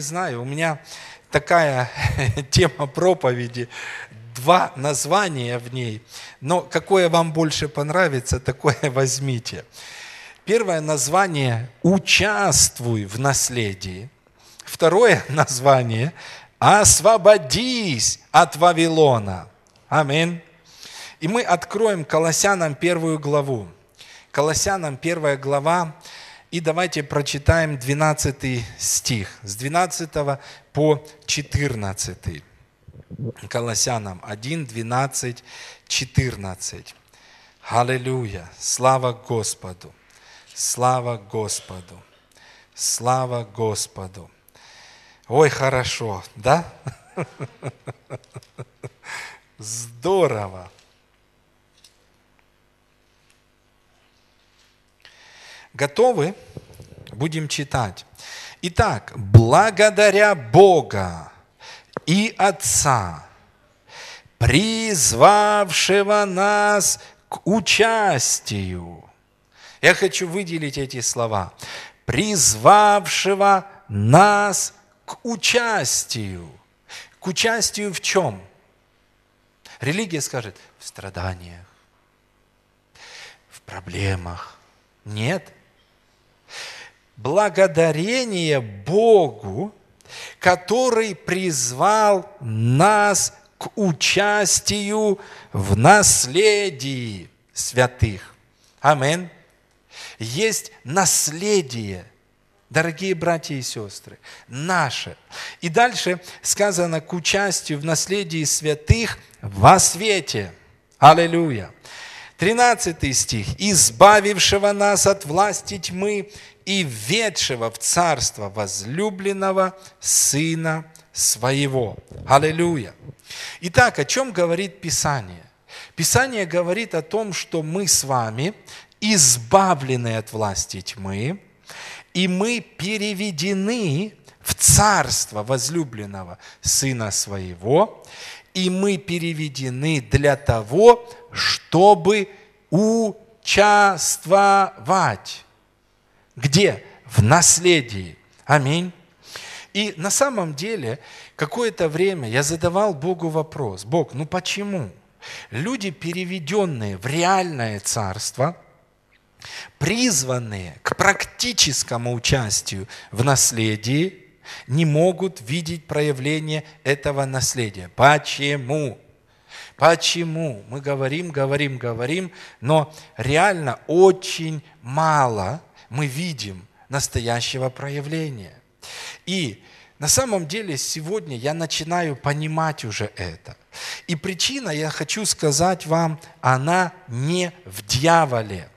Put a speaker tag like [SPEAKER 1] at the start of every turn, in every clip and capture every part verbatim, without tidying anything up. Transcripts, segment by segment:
[SPEAKER 1] знаю, у меня такая тема проповеди, два названия в ней, но какое вам больше понравится, такое возьмите. Первое название «Участвуй в наследии». Второе название «Освободись от Вавилона». Аминь. И мы откроем Колоссянам первую главу. Колоссянам первая глава, и давайте прочитаем двенадцатый стих, с двенадцатого по четырнадцатый. Колоссянам один, двенадцать, четырнадцать. Аллилуйя! Слава Господу! Слава Господу! Слава Господу! Ой, хорошо, да? Здорово! Готовы? Будем читать. Итак, благодаря Бога и Отца, призвавшего нас к участию. Я хочу выделить эти слова. Призвавшего нас к участию. К участию в чем? Религия скажет, в страданиях, в проблемах. Нет. Благодарение Богу, который призвал нас к участию в наследии святых. Аминь. Есть наследие, дорогие братья и сестры, наше. И дальше сказано к участию в наследии святых во свете. Аллилуйя. тринадцатый стих. «Избавившего нас от власти тьмы и введшего в царство возлюбленного Сына Своего». Аллилуйя. Итак, о чем говорит Писание? Писание говорит о том, что мы с вами избавлены от власти тьмы, и мы переведены в царство возлюбленного Сына Своего, и мы переведены для того, чтобы участвовать. Где? В наследии. Аминь. И на самом деле, какое-то время я задавал Богу вопрос. Бог, ну почему люди, переведенные в реальное царство, призванные к практическому участию в наследии, не могут видеть проявление этого наследия? Почему? Почему? Мы говорим, говорим, говорим, но реально очень мало мы видим настоящего проявления. И на самом деле сегодня я начинаю понимать уже это. И причина, я хочу сказать вам, она не в дьяволе,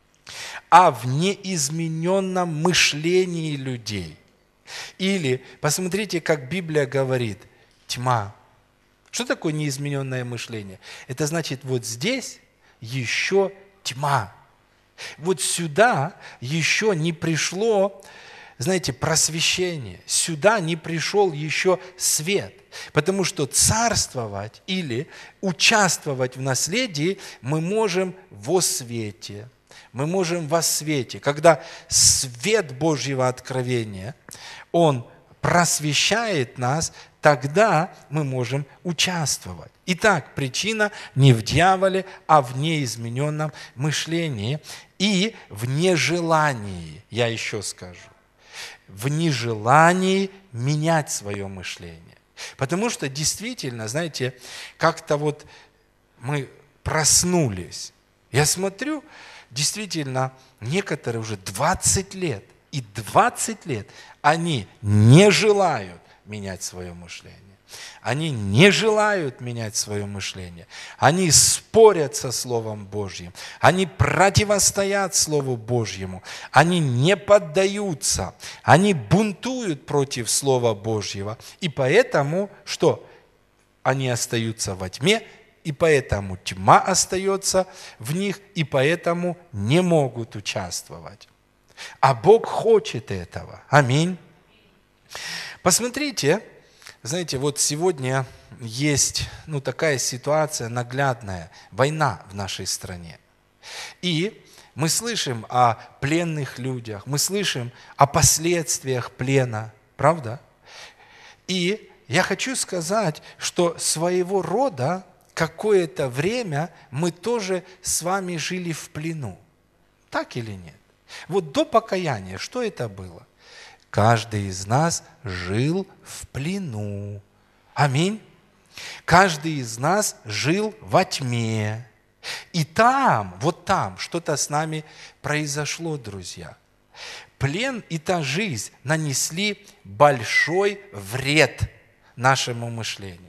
[SPEAKER 1] а в неизмененном мышлении людей. Или, посмотрите, как Библия говорит, тьма. Что такое неизмененное мышление? Это значит, вот здесь еще тьма. Вот сюда еще не пришло, знаете, просвещение. Сюда не пришел еще свет. Потому что царствовать или участвовать в наследии мы можем во свете. Мы можем во свете. Когда свет Божьего откровения, он просвещает нас, тогда мы можем участвовать. Итак, причина не в дьяволе, а в неизмененном мышлении и в нежелании, я еще скажу, в нежелании менять свое мышление. Потому что действительно, знаете, как-то вот мы проснулись. Я смотрю, действительно, некоторые уже двадцать лет, и двадцать лет они не желают менять свое мышление. Они не желают менять свое мышление. Они спорят со Словом Божьим. Они противостоят Слову Божьему. Они не поддаются. Они бунтуют против Слова Божьего. И поэтому, что? Они остаются во тьме, и поэтому тьма остается в них, и поэтому не могут участвовать. А Бог хочет этого. Аминь. Посмотрите, знаете, вот сегодня есть ну, такая ситуация наглядная, война в нашей стране. И мы слышим о пленных людях, мы слышим о последствиях плена, правда? И я хочу сказать, что своего рода какое-то время мы тоже с вами жили в плену. Так или нет? Вот до покаяния что это было? Каждый из нас жил в плену. Аминь. Каждый из нас жил во тьме. И там, вот там, что-то с нами произошло, друзья. Плен и та жизнь нанесли большой вред нашему мышлению.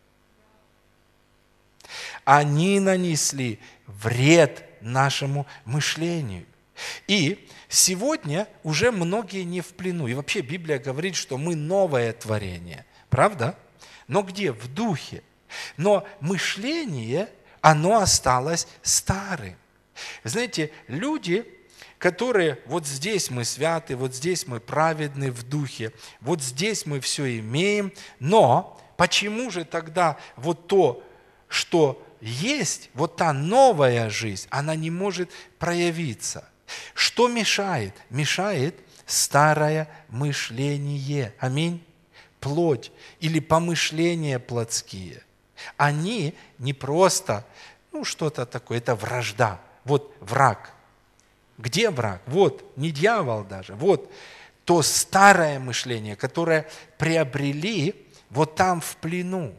[SPEAKER 1] Они нанесли вред нашему мышлению. И сегодня уже многие не в плену. И вообще Библия говорит, что мы новое творение. Правда? Но где? В духе. Но мышление, оно осталось старым. Знаете, люди, которые вот здесь мы святы, вот здесь мы праведны в духе, вот здесь мы все имеем, но почему же тогда вот то, что есть, вот та новая жизнь, она не может проявиться? Что мешает? Мешает старое мышление. Аминь. Плоть или помышления плотские. Они не просто, ну, что-то такое, это вражда. Вот враг. Где враг? Вот, не дьявол даже. Вот то старое мышление, которое приобрели вот там в плену.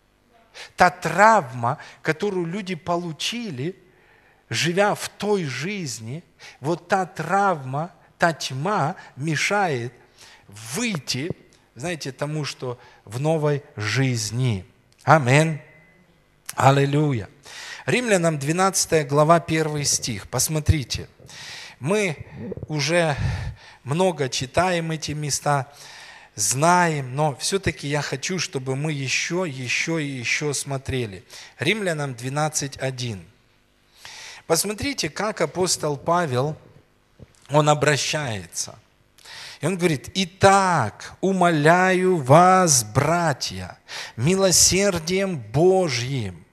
[SPEAKER 1] Та травма, которую люди получили, живя в той жизни, вот та травма, та тьма мешает выйти, знаете, тому, что в новой жизни. Аминь. Аллилуйя. Римлянам двенадцатая глава, первый стих. Посмотрите, мы уже много читаем эти места, знаем, но все-таки я хочу, чтобы мы еще, еще и еще смотрели. Римлянам двенадцать один. Посмотрите, как апостол Павел, он обращается. И он говорит: «Итак, умоляю вас, братья, милосердием Божьим,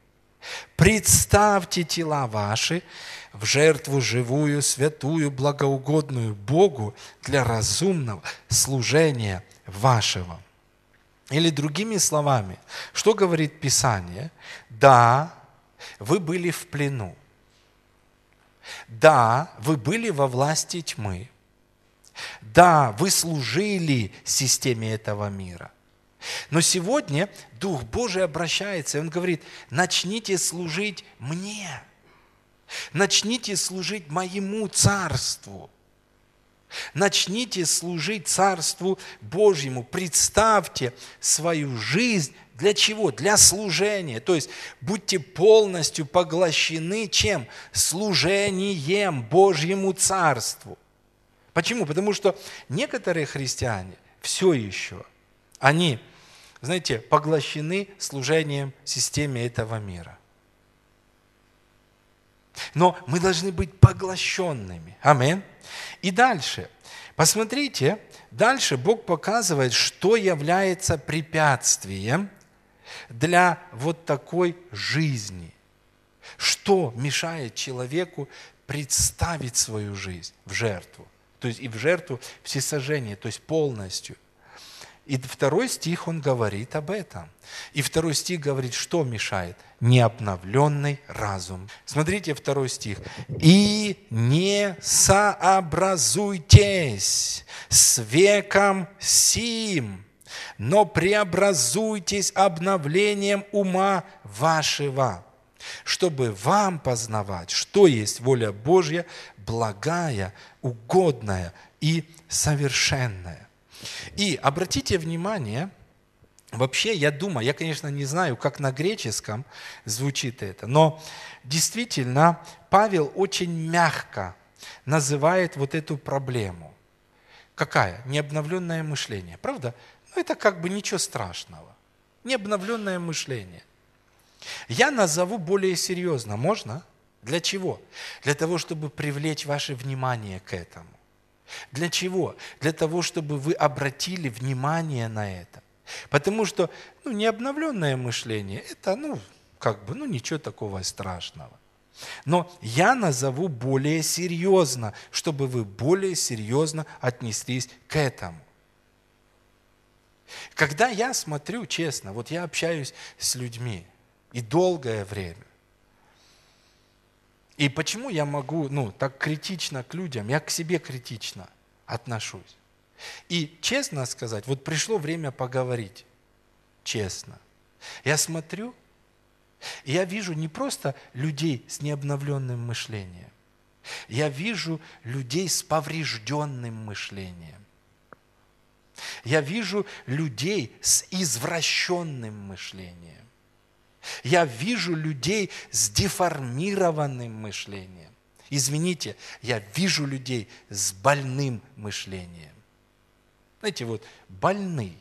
[SPEAKER 1] представьте тела ваши в жертву живую, святую, благоугодную Богу для разумного служения вашего». Или другими словами, что говорит Писание? Да, вы были в плену. Да, вы были во власти тьмы. Да, вы служили системе этого мира. Но сегодня Дух Божий обращается, и Он говорит: начните служить мне. Начните служить моему царству. Начните служить Царству Божьему. Представьте свою жизнь для чего? Для служения. То есть будьте полностью поглощены чем? Служением Божьему Царству. Почему? Потому что некоторые христиане все еще, они, знаете, поглощены служением системе этого мира. Но мы должны быть поглощенными. Аминь. И дальше. Посмотрите, дальше Бог показывает, что является препятствием для вот такой жизни. Что мешает человеку представить свою жизнь в жертву. То есть и в жертву всесожжения, то есть полностью. И второй стих, он говорит об этом. И второй стих говорит, что мешает? Необновленный разум. Смотрите второй стих. «И не сообразуйтесь с веком сим, но преобразуйтесь обновлением ума вашего, чтобы вам познавать, что есть воля Божья, благая, угодная и совершенная». И обратите внимание, вообще я думаю, я, конечно, не знаю, как на греческом звучит это, но действительно Павел очень мягко называет вот эту проблему. Какая? Необновленное мышление. Правда? Ну, это как бы ничего страшного. Необновленное мышление. Я назову более серьезно. Можно? Для чего? Для того, чтобы привлечь ваше внимание к этому. Для чего? Для того, чтобы вы обратили внимание на это. Потому что ну, необновленное мышление, это ну, как бы, ну, ничего такого страшного. Но я назову более серьезно, чтобы вы более серьезно отнеслись к этому. Когда я смотрю, честно, вот я общаюсь с людьми и долгое время, и почему я могу, ну, так критично к людям, я к себе критично отношусь. И честно сказать, вот пришло время поговорить, честно. Я смотрю, и я вижу не просто людей с необновленным мышлением, я вижу людей с поврежденным мышлением. Я вижу людей с извращенным мышлением. Я вижу людей с деформированным мышлением. Извините, я вижу людей с больным мышлением. Знаете, вот больный.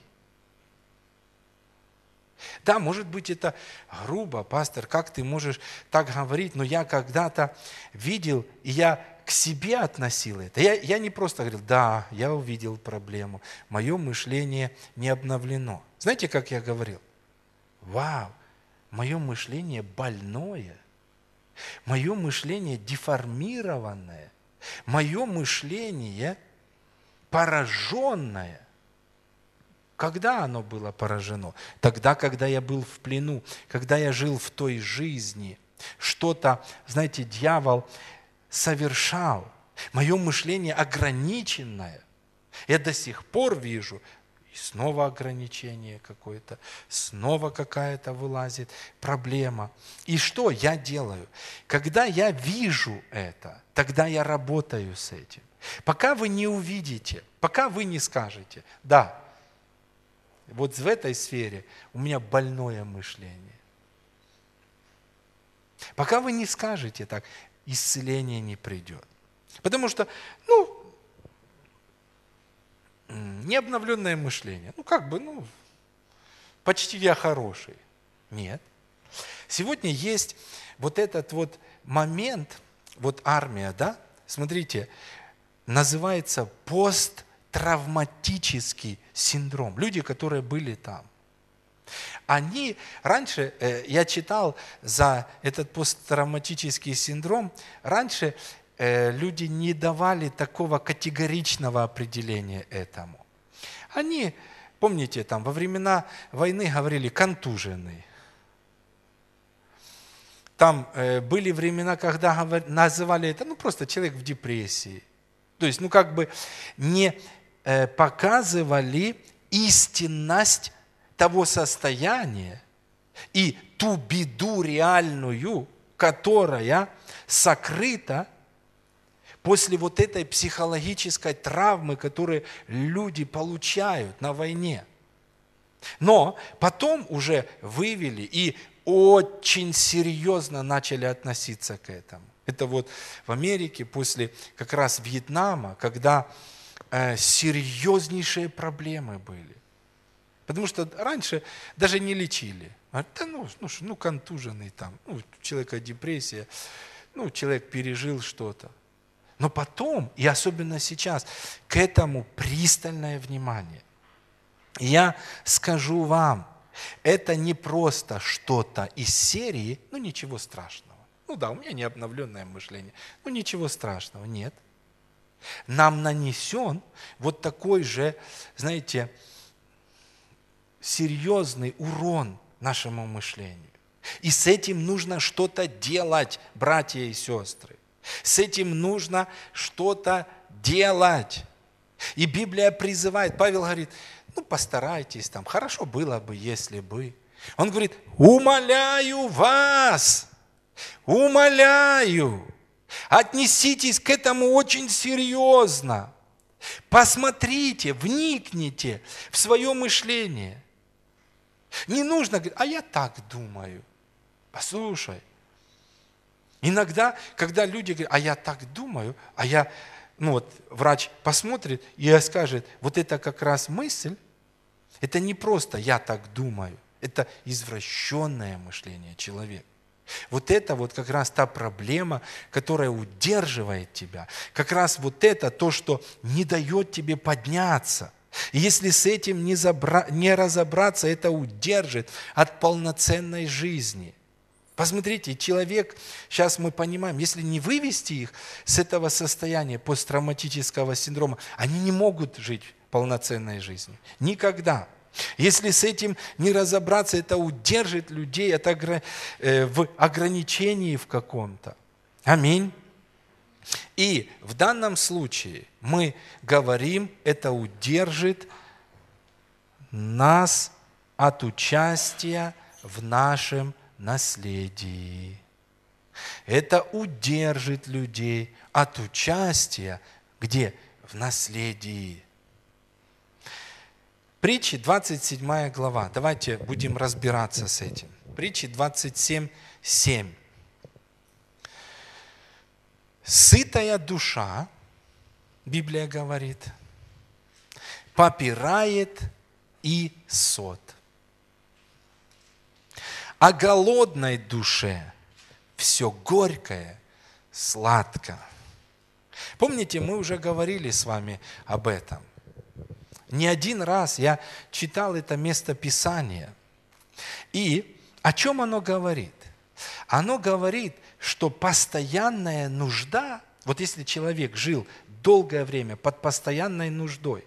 [SPEAKER 1] Да, может быть, это грубо, пастор, как ты можешь так говорить, но я когда-то видел, и я к себе относил это. Я, я не просто говорил, да, я увидел проблему, мое мышление не обновлено. Знаете, как я говорил? Вау, мое мышление больное, мое мышление деформированное, мое мышление пораженное. Когда оно было поражено? Тогда, когда я был в плену, когда я жил в той жизни. Что-то, знаете, дьявол совершал. Мое мышление ограниченное. Я до сих пор вижу, и снова ограничение какое-то, снова какая-то вылазит проблема. И что я делаю? Когда я вижу это, тогда я работаю с этим. Пока вы не увидите, пока вы не скажете, да, вот в этой сфере у меня больное мышление. Пока вы не скажете так, исцеление не придет. Потому что, ну, необновленное мышление. Ну, как бы, ну, почти я хороший. Нет. Сегодня есть вот этот вот момент, вот армия, да, смотрите, называется посттравматический синдром. Люди, которые были там. Они, раньше, э, я читал за этот посттравматический синдром, раньше э, люди не давали такого категоричного определения этому. Они, помните, там во времена войны говорили контуженный. Там э, были времена, когда говор, называли это, ну, просто человек в депрессии. То есть, ну, как бы не э, показывали истинность того состояния и ту беду реальную, которая сокрыта после вот этой психологической травмы, которую люди получают на войне. Но потом уже вывели и очень серьезно начали относиться к этому. Это вот в Америке после как раз Вьетнама, когда э, серьезнейшие проблемы были. Потому что раньше даже не лечили. Да ну, ну, ну контуженный там, ну, у человека депрессия, ну, человек пережил что-то. Но потом, и особенно сейчас, к этому пристальное внимание. И я скажу вам, это не просто что-то из серии, ну ничего страшного. Ну да, у меня не обновленное мышление, ну ничего страшного, нет. Нам нанесен вот такой же, знаете, серьезный урон нашему мышлению. И с этим нужно что-то делать, братья и сестры. С этим нужно что-то делать. И Библия призывает, Павел говорит, ну постарайтесь там, хорошо было бы, если бы. Он говорит, умоляю вас, умоляю, отнеситесь к этому очень серьезно. Посмотрите, вникните в свое мышление. Не нужно говорить, а я так думаю. Послушай. Иногда, когда люди говорят, а я так думаю, а я, ну вот врач посмотрит и скажет, вот это как раз мысль, это не просто я так думаю, это извращенное мышление человека. Вот это вот как раз та проблема, которая удерживает тебя. Как раз вот это то, что не дает тебе подняться. И если с этим не, забра... не разобраться, это удержит от полноценной жизни. Посмотрите, человек, сейчас мы понимаем, если не вывести их с этого состояния посттравматического синдрома, они не могут жить полноценной жизнью. Никогда. Если с этим не разобраться, это удержит людей от огр... э, в ограничении в каком-то. Аминь. И в данном случае мы говорим, это удержит нас от участия в нашем наследии. Это удержит людей от участия где? В наследии. Притчи, двадцать седьмая глава. Давайте будем разбираться с этим. Притчи двадцать семь, семь. Сытая душа, Библия говорит, попирает и сот. А голодной душе все горькое, сладко. Помните, мы уже говорили с вами об этом. Не один раз я читал это местописание. И о чем оно говорит? Оно говорит, что постоянная нужда, вот если человек жил долгое время под постоянной нуждой,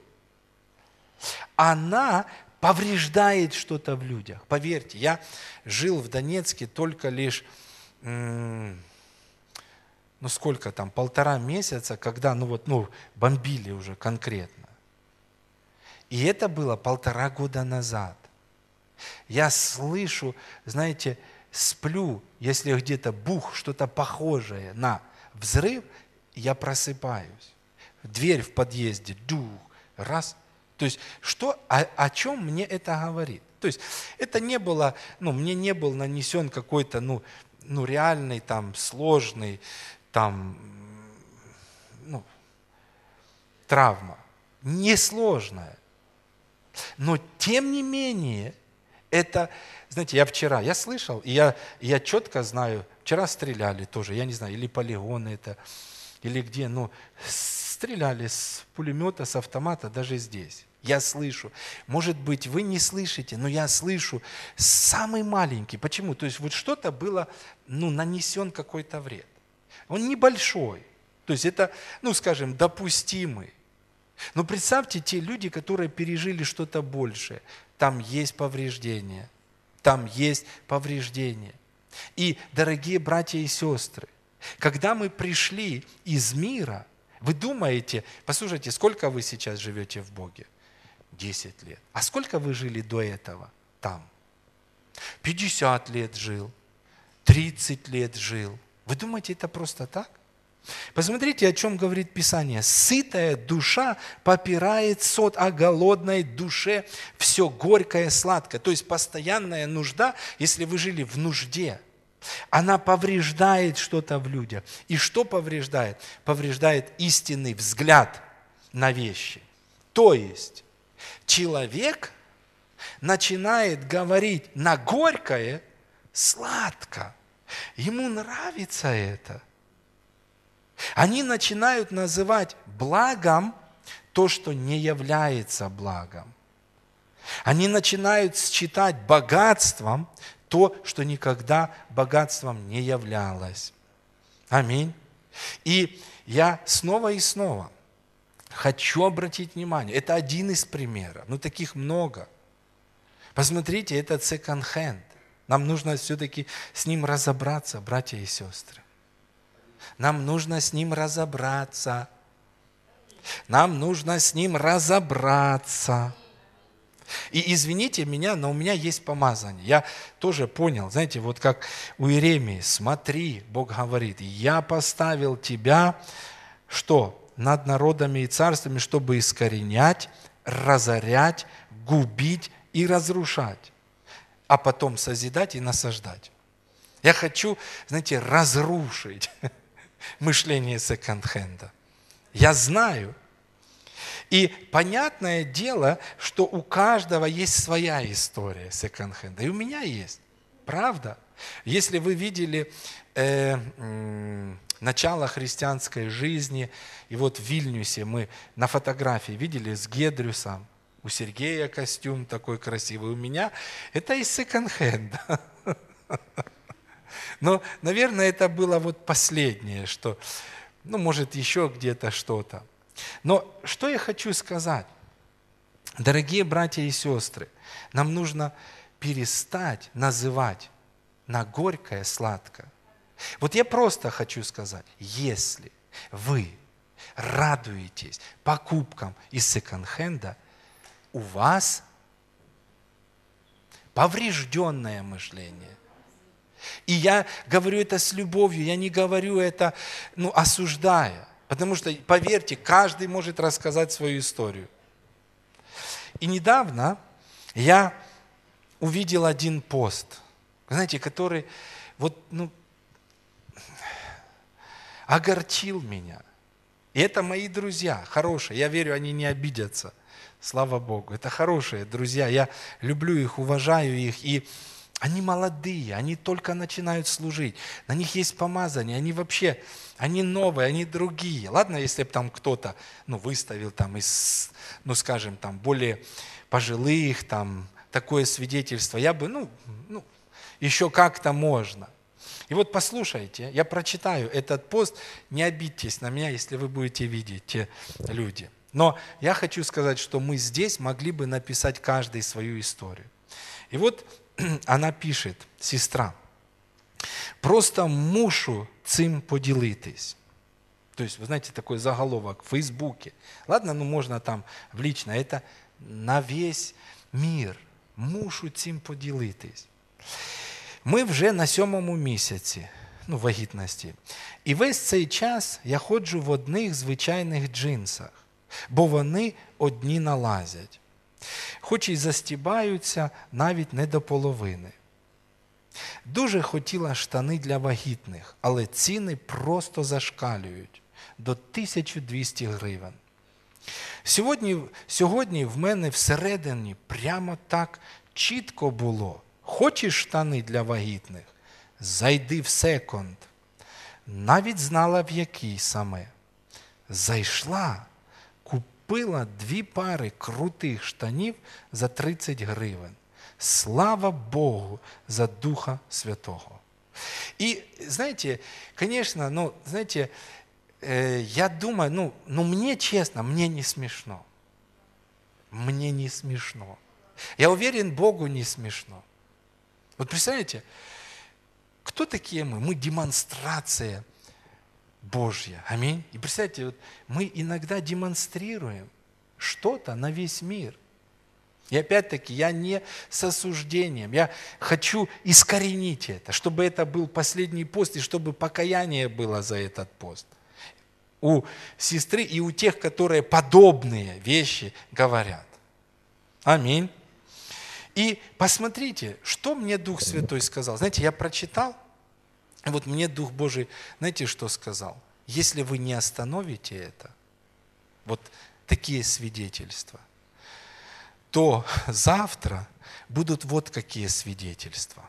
[SPEAKER 1] она повреждает что-то в людях. Поверьте, я жил в Донецке только лишь, ну сколько там, полтора месяца, когда ну вот, ну, бомбили уже конкретно. И это было полтора года назад. Я слышу, знаете, сплю, если где-то бух, что-то похожее на взрыв, я просыпаюсь. Дверь в подъезде, дух, раз. То есть, что, о, о чем мне это говорит? То есть, это не было, ну, мне не был нанесен какой-то, ну, ну реальный, там, сложный, там, ну, травма. Несложная. Но, тем не менее, это, знаете, я вчера, я слышал, и я, я четко знаю, вчера стреляли тоже, я не знаю, или полигоны это, или где, ну, стреляли с пулемета, с автомата, даже здесь. Я слышу. Может быть, вы не слышите, но я слышу самый маленький. Почему? То есть вот что-то было, ну, нанесен какой-то вред. Он небольшой. То есть это, ну, скажем, допустимый. Но представьте, те люди, которые пережили что-то большее, там есть повреждения, там есть повреждения. И, дорогие братья и сестры, когда мы пришли из мира, вы думаете, послушайте, сколько вы сейчас живете в Боге? десять лет. А сколько вы жили до этого там? пятьдесят лет жил, тридцать лет жил. Вы думаете, это просто так? Посмотрите, о чем говорит Писание. Сытая душа попирает сот, а голодной душе все горькое, сладкое. То есть постоянная нужда, если вы жили в нужде, она повреждает что-то в людях. И что повреждает? Повреждает истинный взгляд на вещи. То есть человек начинает говорить на горькое сладко. Ему нравится это. Они начинают называть благом то, что не является благом. Они начинают считать богатством то, что никогда богатством не являлось. Аминь. И я снова и снова хочу обратить внимание, это один из примеров, но таких много. Посмотрите, это секонд-хенд. Нам нужно все-таки с ним разобраться, братья и сестры. Нам нужно с ним разобраться. Нам нужно с ним разобраться. И извините меня, но у меня есть помазание. Я тоже понял, знаете, вот как у Иеремии, смотри, Бог говорит, я поставил тебя, что? Над народами и царствами, чтобы искоренять, разорять, губить и разрушать, а потом созидать и насаждать. Я хочу, знаете, разрушить мышление секонд-хенда. Я знаю. И понятное дело, что у каждого есть своя история секонд-хенда. И у меня есть. Правда? Если вы видели э, э, начало христианской жизни, и вот в Вильнюсе мы на фотографии видели с Гедрюсом, у Сергея костюм такой красивый, у меня это из секонд-хенда. Но, наверное, это было вот последнее, что, ну, может, еще где-то что-то. Но что я хочу сказать? Дорогие братья и сестры, нам нужно перестать называть на горькое сладкое. Вот я просто хочу сказать, если вы радуетесь покупкам из секонд-хенда, у вас поврежденное мышление. И я говорю это с любовью, я не говорю это, ну, осуждая. Потому что, поверьте, каждый может рассказать свою историю. И недавно я увидел один пост, знаете, который вот, ну, огорчил меня. И это мои друзья, хорошие, я верю, они не обидятся. Слава Богу, это хорошие друзья, я люблю их, уважаю их, и они молодые, они только начинают служить, на них есть помазание, они вообще, они новые, они другие. Ладно, если бы там кто-то, ну, выставил там из, ну, скажем, там, более пожилых, там, такое свидетельство, я бы, ну, ну еще как-то можно. И вот послушайте, я прочитаю этот пост, не обидьтесь на меня, если вы будете видеть те люди. Но я хочу сказать, что мы здесь могли бы написать каждый свою историю. И вот она пишет, сестра, просто мушу цим поділитись. То есть, вы знаете, такой заголовок в Фейсбуке. Ладно, ну можно там в лично, это на весь мир. Мушу цим поділитись. Ми вже на сьомому місяці, ну, вагітності. І весь цей час я ходжу в одних звичайних джинсах, бо вони одні налазять. Хоч і застібаються навіть не до половини. Дуже хотіла штани для вагітних, але ціни просто зашкалюють до тисяча двісті гривень. Сьогодні, сьогодні в мене всередині прямо так чітко було. Хочеш штани для вагітних? Зайди в секонд. Навіть знала, в який саме. Зайшла, купила дві пари крутих штанів за тридцять гривень. Слава Богу за Духа Святого. И, знаете, конечно, ну, знаете, э, я думаю, ну, ну, мне честно, мне не смешно. Мне не смешно. Я уверен, Богу не смешно. Вот представляете, кто такие мы? Мы демонстрация Божья. Аминь. И представьте, вот мы иногда демонстрируем что-то на весь мир. И опять-таки, я не с осуждением, я хочу искоренить это, чтобы это был последний пост, и чтобы покаяние было за этот пост. У сестры и у тех, которые подобные вещи говорят. Аминь. И посмотрите, что мне Дух Святой сказал. Знаете, я прочитал, и вот мне Дух Божий, знаете, что сказал? Если вы не остановите это, вот такие свидетельства, то завтра будут вот какие свидетельства.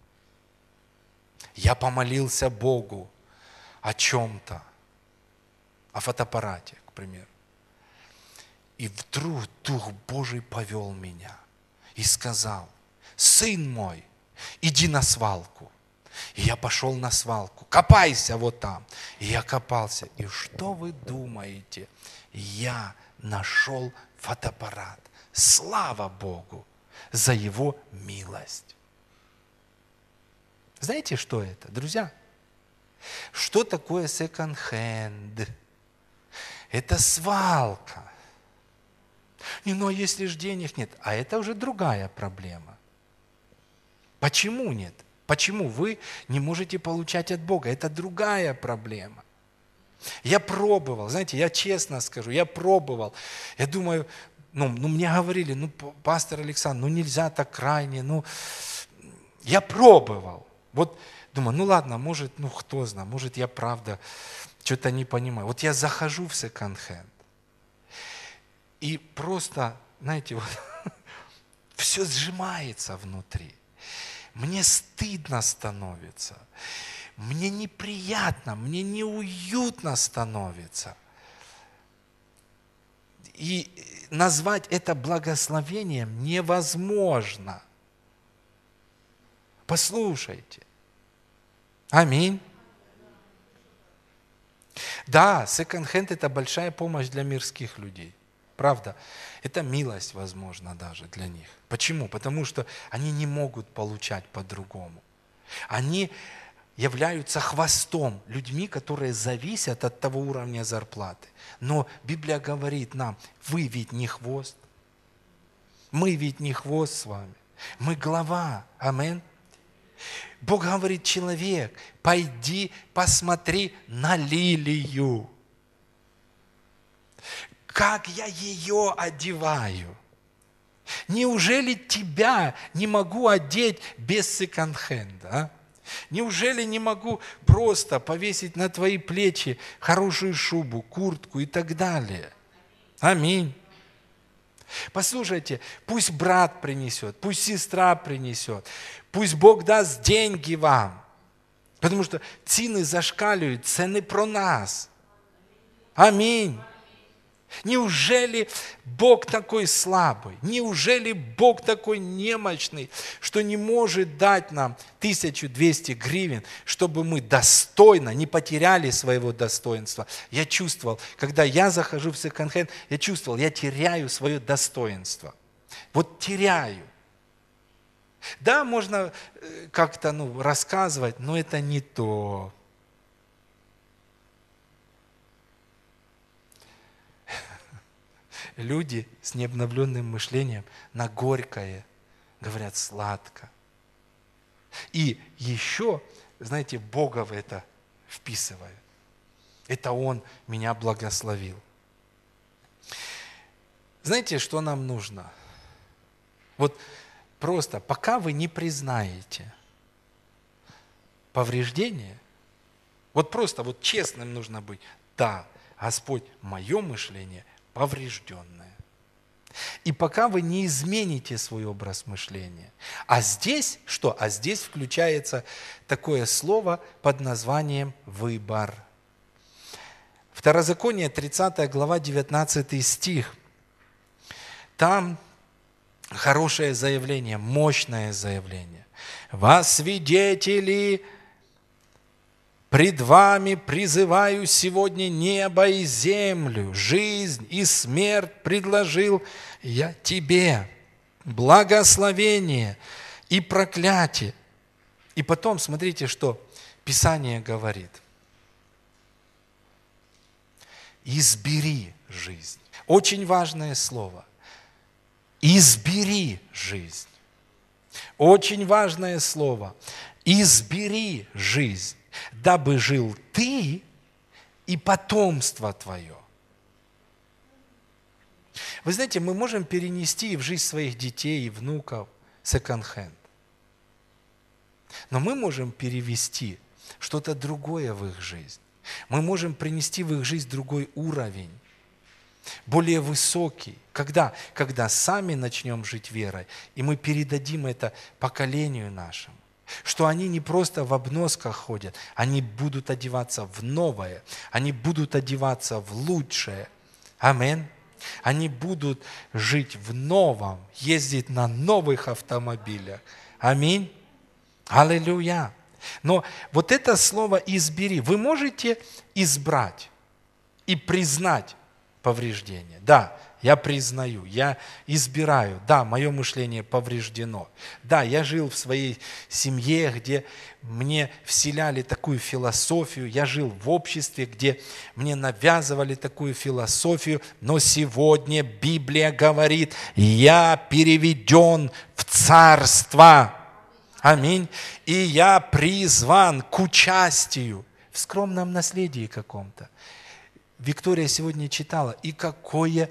[SPEAKER 1] Я помолился Богу о чем-то, о фотоаппарате, к примеру. И вдруг Дух Божий повел меня и сказал: сын мой, иди на свалку. И я пошел на свалку, копайся вот там. И я копался. И что вы думаете? Я нашел фотоаппарат. Слава Богу за Его милость. Знаете, что это, друзья? Что такое секонд-хенд? Это свалка. Не, ну а если ж денег нет? А это уже другая проблема. Почему нет? Почему вы не можете получать от Бога? Это другая проблема. Я пробовал, знаете, я честно скажу, я пробовал. Я думаю, ну, ну мне говорили, ну, пастор Александр, ну нельзя так крайне, ну, я пробовал. Вот думаю, ну ладно, может, ну кто знает, может я правда что-то не понимаю. Вот я захожу в секонд-хенд, и просто, знаете, вот, все сжимается внутри. Мне стыдно становится, мне неприятно, мне неуютно становится. И назвать это благословением невозможно. Послушайте. Аминь. Да, секонд-хенд – это большая помощь для мирских людей. правда? Это милость, возможно, даже для них. Почему? Потому что они не могут получать по-другому. Они являются хвостом, людьми, которые зависят от того уровня зарплаты. Но Библия говорит нам, вы ведь не хвост. Мы ведь не хвост с вами. Мы глава. Аминь. Бог говорит, человек, пойди посмотри на лилию. Как я ее одеваю. Неужели тебя не могу одеть без секонд-хенда? А? Неужели не могу просто повесить на твои плечи хорошую шубу, куртку и так далее? Аминь. Послушайте, пусть брат принесет, пусть сестра принесет, пусть Бог даст деньги вам, потому что ціни зашкалюють, це не про нас. Аминь. Неужели Бог такой слабый? Неужели Бог такой немощный, что не может дать нам тысячу двести гривен, чтобы мы достойно не потеряли своего достоинства? Я чувствовал, когда я захожу в секонд-хенд, я чувствовал, я теряю свое достоинство. Вот теряю. Да, можно как-то ну, рассказывать, но это не то. Люди с необновленным мышлением на горькое говорят сладко. И еще, знаете, Бога в это вписывают. Это Он меня благословил. Знаете, что нам нужно? Вот просто, пока вы не признаете повреждение, вот просто вот честным нужно быть. Да, Господь, мое мышление поврежденное. И пока вы не измените свой образ мышления. А здесь что? А здесь включается такое слово под названием «выбор». Второзаконие, тридцатая глава, девятнадцатый стих. Там хорошее заявление, мощное заявление. «Во свидетели пред вами призываю сегодня небо и землю, жизнь и смерть предложил я тебе, благословение и проклятие». И потом, смотрите, что Писание говорит. Избери жизнь. Очень важное слово. Избери жизнь. Очень важное слово. Избери жизнь, дабы жил ты и потомство твое. Вы знаете, мы можем перенести в жизнь своих детей и внуков секонд-хенд. Но мы можем перевести что-то другое в их жизнь. Мы можем принести в их жизнь другой уровень, более высокий. Когда? Когда сами начнем жить верой, и мы передадим это поколению нашему. Что они не просто в обносках ходят, они будут одеваться в новое, они будут одеваться в лучшее. Аминь. Они будут жить в новом, ездить на новых автомобилях. Аминь. Аллилуйя. Но вот это слово «избери» вы можете избрать и признать повреждение. Да, я признаю, я избираю. Да, мое мышление повреждено. Да, я жил в своей семье, где мне вселяли такую философию. Я жил в обществе, где мне навязывали такую философию. Но сегодня Библия говорит, я переведен в царство. Аминь. И я призван к участию в скромном наследии каком-то. Виктория сегодня читала, и какое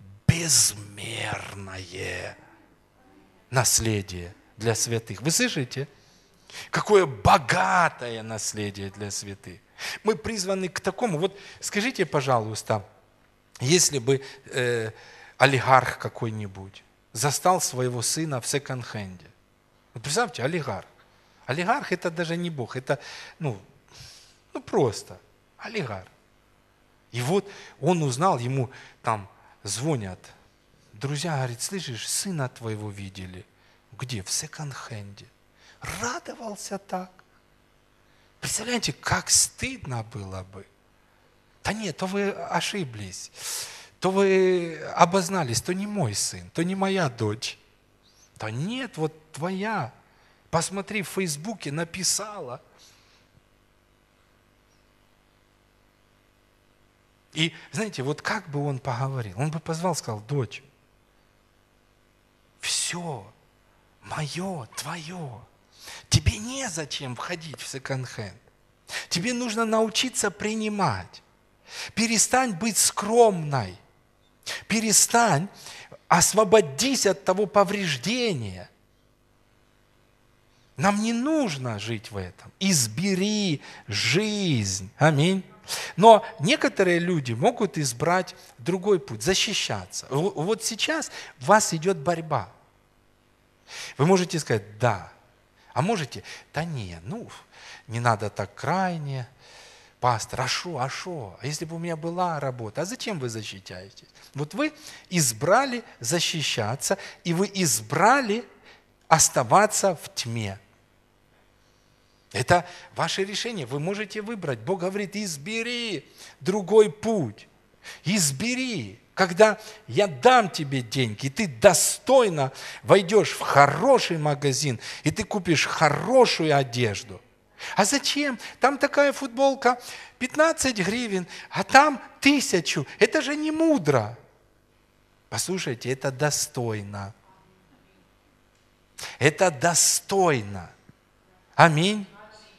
[SPEAKER 1] безмерное наследие для святых. Вы слышите? Какое богатое наследие для святых. Мы призваны к такому. Вот скажите, пожалуйста, если бы э, олигарх какой-нибудь застал своего сына в секонд-хенде. Вот представьте, олигарх. Олигарх это даже не Бог, это ну, ну просто олигарх. И вот он узнал, ему там звонят. Друзья, говорит, слышишь, сына твоего видели. Где? В секонд-хенде. Радовался так. Представляете, как стыдно было бы. Да нет, то вы ошиблись. То то вы обознались, то не мой сын, то не моя дочь. Да нет, вот твоя. Посмотри, в Фейсбуке написала. И, знаете, вот как бы он поговорил? Он бы позвал, сказал: дочь, все, мое, твое. Тебе незачем входить в секонд-хенд. Тебе нужно научиться принимать. Перестань быть скромной. Перестань, освободись от того повреждения. Нам не нужно жить в этом. Избери жизнь. Аминь. Но некоторые люди могут избрать другой путь, защищаться. Вот сейчас у вас идет борьба. Вы можете сказать: да. А можете: да не, ну, не надо так крайне. Пастор, а шо, а шо? А если бы у меня была работа, а зачем вы защищаетесь? Вот вы избрали защищаться, и вы избрали оставаться в тьме. Это ваше решение. Вы можете выбрать. Бог говорит: избери другой путь. Избери. Когда я дам тебе деньги, и ты достойно войдешь в хороший магазин, и ты купишь хорошую одежду. А зачем? Там такая футболка пятнадцать гривен, а там тысячу. Это же не мудро. Послушайте, это достойно. Это достойно. Аминь.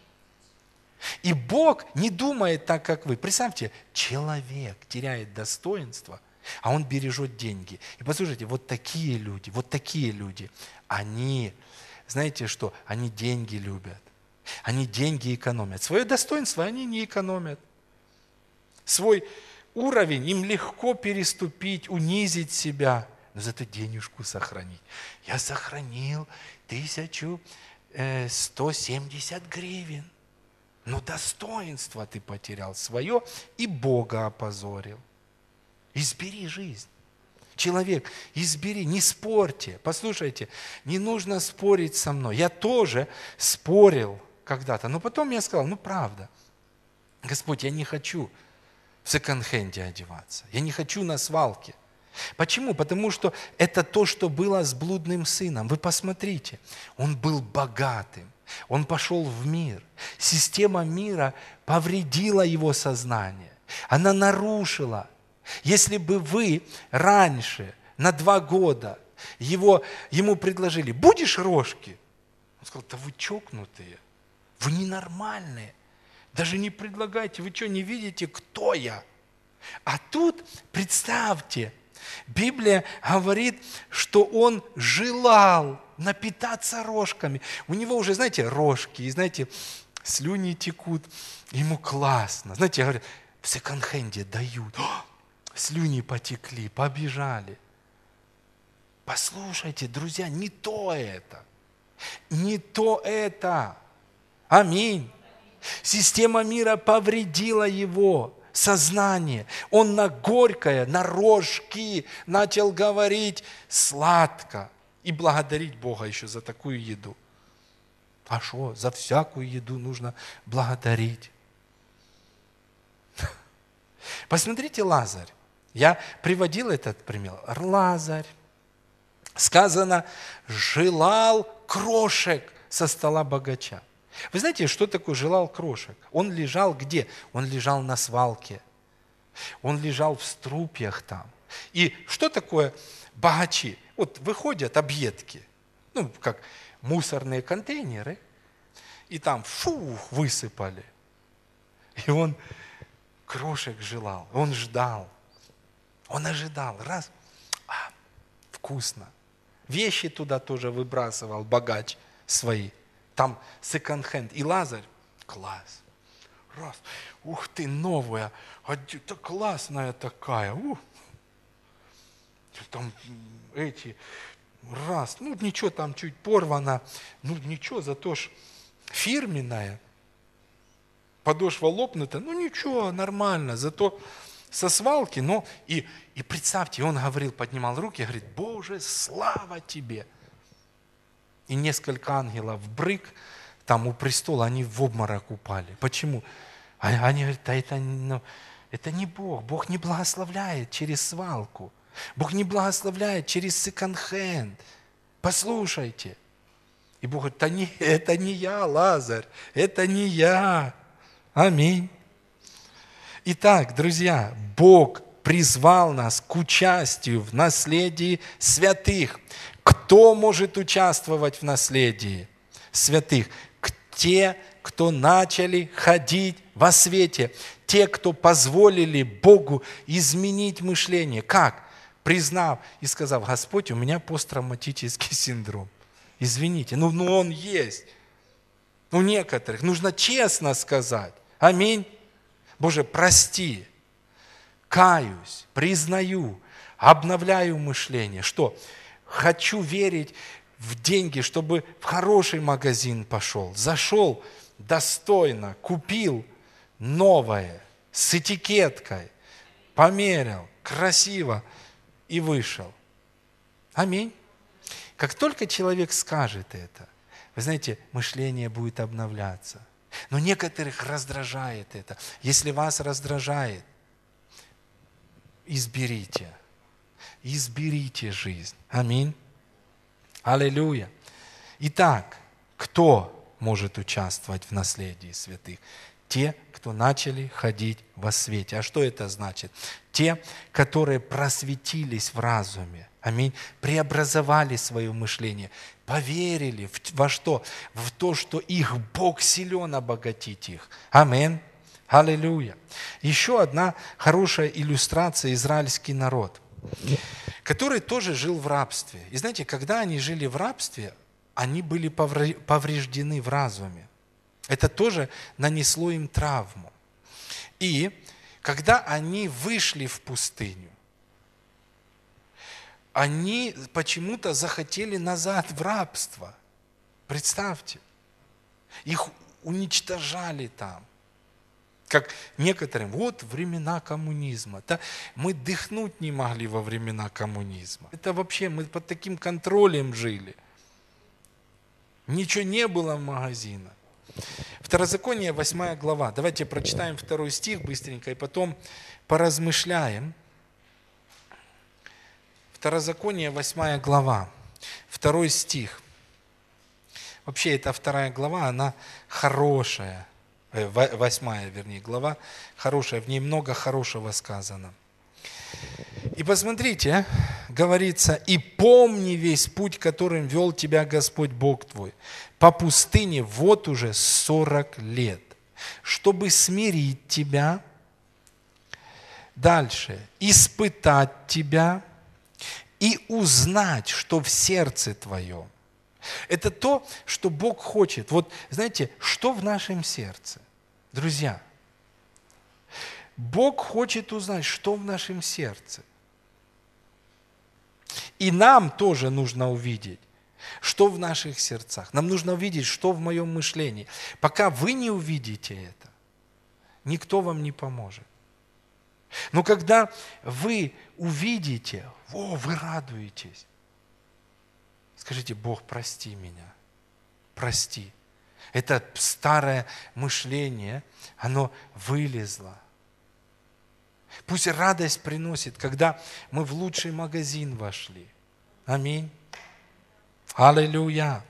[SPEAKER 1] И Бог не думает так, как вы. Представьте, человек теряет достоинство, а он бережет деньги. И послушайте, вот такие люди, вот такие люди, они, знаете что, они деньги любят. Они деньги экономят. Свое достоинство они не экономят. Свой уровень им легко переступить, унизить себя, но зато денежку сохранить. Я сохранил тысячу сто семьдесят гривен. Но достоинство ты потерял свое и Бога опозорил. Избери жизнь. Человек, избери, не спорьте. Послушайте, не нужно спорить со мной. Я тоже спорил когда-то, но потом я сказал: ну правда, Господь, я не хочу в секонд-хенде одеваться. Я не хочу на свалке. Почему? Потому что это то, что было с блудным сыном. Вы посмотрите, он был богатым. Он пошел в мир. Система мира повредила его сознание. Она нарушила. Если бы вы раньше, на два года, его, ему предложили: будешь рожки? Он сказал: да вы чокнутые, вы ненормальные. Даже не предлагайте, вы что, не видите, кто я? А тут, представьте, Библия говорит, что он желал напитаться рожками. У него уже, знаете, рожки, и, знаете, слюни текут, ему классно. Знаете, говорят, в секонд-хенде дают. О, слюни потекли, побежали. Послушайте, друзья, не то это. Не то это. Аминь. Система мира повредила его сознание. Он на горькое, на рожки начал говорить сладко. И благодарить Бога еще за такую еду. А что? За всякую еду нужно благодарить. Посмотрите, Лазарь. Я приводил этот пример. Лазарь, сказано, желал крошек со стола богача. Вы знаете, что такое желал крошек? Он лежал где? Он лежал на свалке. Он лежал в струпьях там. И что такое богачи? Вот выходят объедки, ну, как мусорные контейнеры, и там фух, высыпали. И он крошек желал, он ждал, он ожидал. Раз, а, вкусно. Вещи туда тоже выбрасывал богач свои. Там секонд-хенд. И Лазарь, класс. Раз, ух ты, новая, это классная такая. Ух. Там эти, раз, ну ничего, там чуть порвано, ну ничего, зато ж фирменная. Подошва лопнута, ну ничего, нормально, зато со свалки, ну и, и представьте, он говорил, поднимал руки, говорит: Боже, слава тебе. И несколько ангелов брык, там у престола, они в обморок упали. Почему? Они говорят: да это, ну, Это не Бог. Бог не благословляет через свалку. Бог не благословляет через секонд-хенд. Послушайте. И Бог говорит, это не, это не я, Лазарь, это не я. Аминь. Итак, друзья, Бог призвал нас к участию в наследии святых. Кто может участвовать в наследии святых? Те, кто начали ходить во свете. Те, кто позволили Богу изменить мышление. Как? Признав и сказав, Господь, у меня посттравматический синдром. Извините, ну, ну он есть. У некоторых. Нужно честно сказать. Аминь. Боже, прости. Каюсь, признаю, обновляю мышление. Что? Хочу верить в деньги, чтобы в хороший магазин пошел. Зашел достойно, купил новое, с этикеткой, померил, красиво и вышел. Аминь. Как только человек скажет это, вы знаете, мышление будет обновляться. Но некоторых раздражает это. Если вас раздражает, изберите. Изберите жизнь. Аминь. Аллилуйя. Итак, кто может участвовать в наследии святых? Те, кто начали ходить во свете. А что это значит? Те, которые просветились в разуме. Аминь. Преобразовали свое мышление. Поверили в, во что? В то, что их Бог силен обогатить их. Аминь. Аллилуйя. Еще одна хорошая иллюстрация – израильский народ, который тоже жил в рабстве. И знаете, когда они жили в рабстве, они были повреждены в разуме. Это тоже нанесло им травму. И когда они вышли в пустыню, они почему-то захотели назад в рабство. Представьте. Их уничтожали там. Как некоторым, вот времена коммунизма. Да, мы дыхнуть не могли во времена коммунизма. Это вообще мы под таким контролем жили. Ничего не было в магазинах. Второзаконие, восьмая глава. Давайте прочитаем второй стих быстренько и потом поразмышляем. Второзаконие, восьмая глава, второй стих. Вообще, эта вторая глава, она хорошая. Восьмая, вернее, глава хорошая. В ней много хорошего сказано. И посмотрите, говорится, «И помни весь путь, которым вел тебя Господь Бог твой, по пустыне вот уже сорок лет, чтобы смирить тебя, дальше, испытать тебя и узнать, что в сердце твоем». Это то, что Бог хочет. Вот, знаете, что в нашем сердце? Друзья, Бог хочет узнать, что в нашем сердце. И нам тоже нужно увидеть, что в наших сердцах. Нам нужно увидеть, что в моем мышлении. Пока вы не увидите это, никто вам не поможет. Но когда вы увидите, о, вы радуетесь. Скажите, Бог, прости меня, прости. Это старое мышление, оно вылезло. Пусть радость приносит, когда мы в лучший магазин вошли. Аминь. Аллилуйя.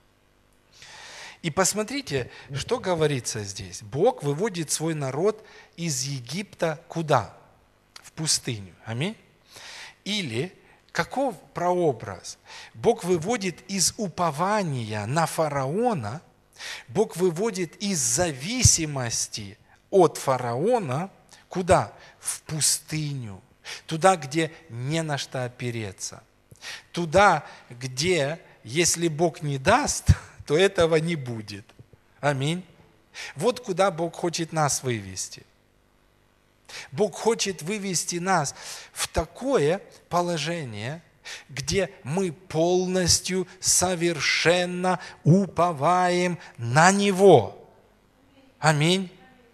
[SPEAKER 1] И посмотрите, что говорится здесь. Бог выводит свой народ из Египта куда? В пустыню. Аминь. Или каков прообраз? Бог выводит из упования на фараона, Бог выводит из зависимости от фараона куда? В пустыню. Туда, где не на что опереться. Туда, где, если Бог не даст, то этого не будет. Аминь. Вот куда Бог хочет нас вывести. Бог хочет вывести нас в такое положение, где мы полностью, совершенно уповаем на Него. Аминь.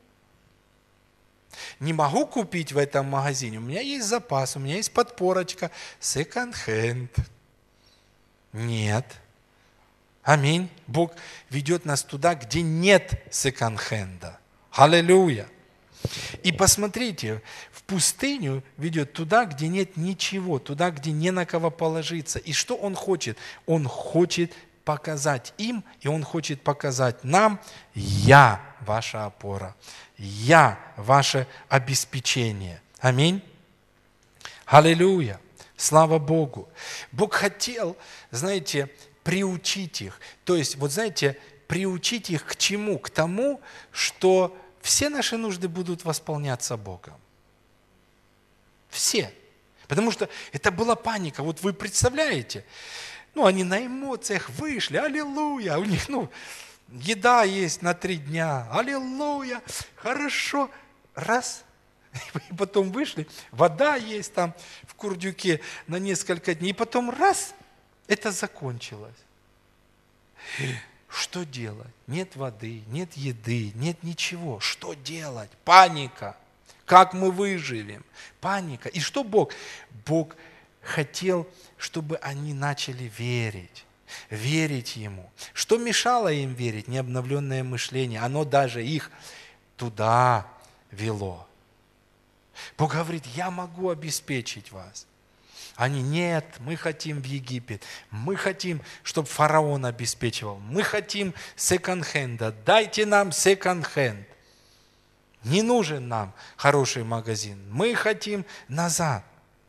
[SPEAKER 1] Не могу купить в этом магазине, у меня есть запас, у меня есть подпорочка, секонд-хенд. Нет. Аминь. Бог ведет нас туда, где нет секонд-хенда. Аллилуйя. И посмотрите, в пустыню ведет туда, где нет ничего, туда, где не на кого положиться. И что Он хочет? Он хочет показать им, и Он хочет показать нам: я ваша опора, я ваше обеспечение. Аминь. Аллилуйя. Слава Богу. Бог хотел, знаете, приучить их. То есть, вот знаете, приучить их к чему? К тому, что все наши нужды будут восполняться Богом. Все. Потому что это была паника. Вот вы представляете, ну, они на эмоциях вышли, аллилуйя, у них, ну, еда есть на три дня, аллилуйя, хорошо, раз, и потом вышли, вода есть там в курдюке на несколько дней, и потом раз, это закончилось. Что делать? Нет воды, нет еды, нет ничего. Что делать? Паника. Как мы выживем? Паника. И что Бог? Бог хотел, чтобы они начали верить. Верить Ему. Что мешало им верить? Необновленное мышление. Оно даже их туда вело. Бог говорит: я могу обеспечить вас. Они: нет, мы хотим в Египет, мы хотим, чтобы фараон обеспечивал, мы хотим секонд-хенда, дайте нам секонд-хенд. Не нужен нам хороший магазин, мы хотим назад.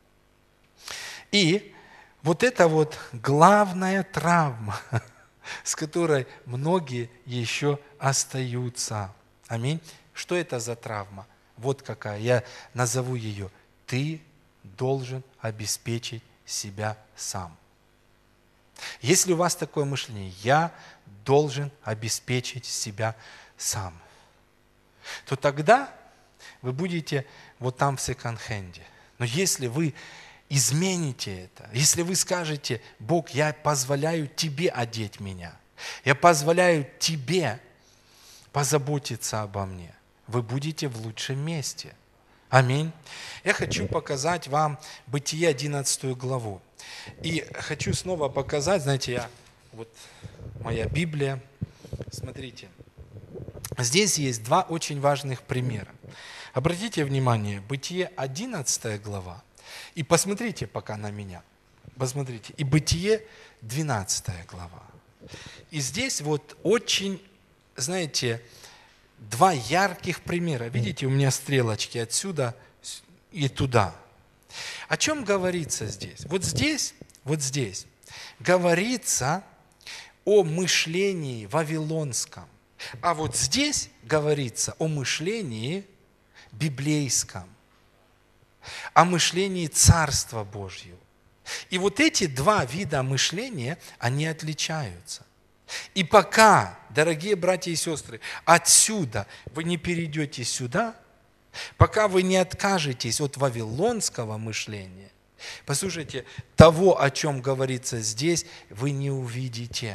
[SPEAKER 1] И вот это вот главная травма, с которой многие еще остаются. Аминь. Что это за травма? Вот какая, я назову ее: ты должен обеспечить себя сам. Если у вас такое мышление: я должен обеспечить себя сам, то тогда вы будете вот там в секонд-хенде. Но если вы измените это, если вы скажете: Бог, я позволяю Тебе одеть меня, я позволяю Тебе позаботиться обо мне, вы будете в лучшем месте. Аминь. Я хочу показать вам Бытие одиннадцатую главу. И хочу снова показать, знаете, я, вот моя Библия, смотрите. Здесь есть два очень важных примера. Обратите внимание, Бытие одиннадцатая глава. И посмотрите пока на меня. Посмотрите. И Бытие двенадцатая глава. И здесь вот очень, знаете, два ярких примера. Видите, у меня стрелочки отсюда и туда. О чем говорится здесь? Вот здесь, вот здесь говорится о мышлении вавилонском. А вот здесь говорится о мышлении библейском, о мышлении Царства Божьего. И вот эти два вида мышления, они отличаются. И пока, дорогие братья и сестры, отсюда вы не перейдете сюда, пока вы не откажетесь от вавилонского мышления, послушайте, того, о чем говорится здесь, вы не увидите.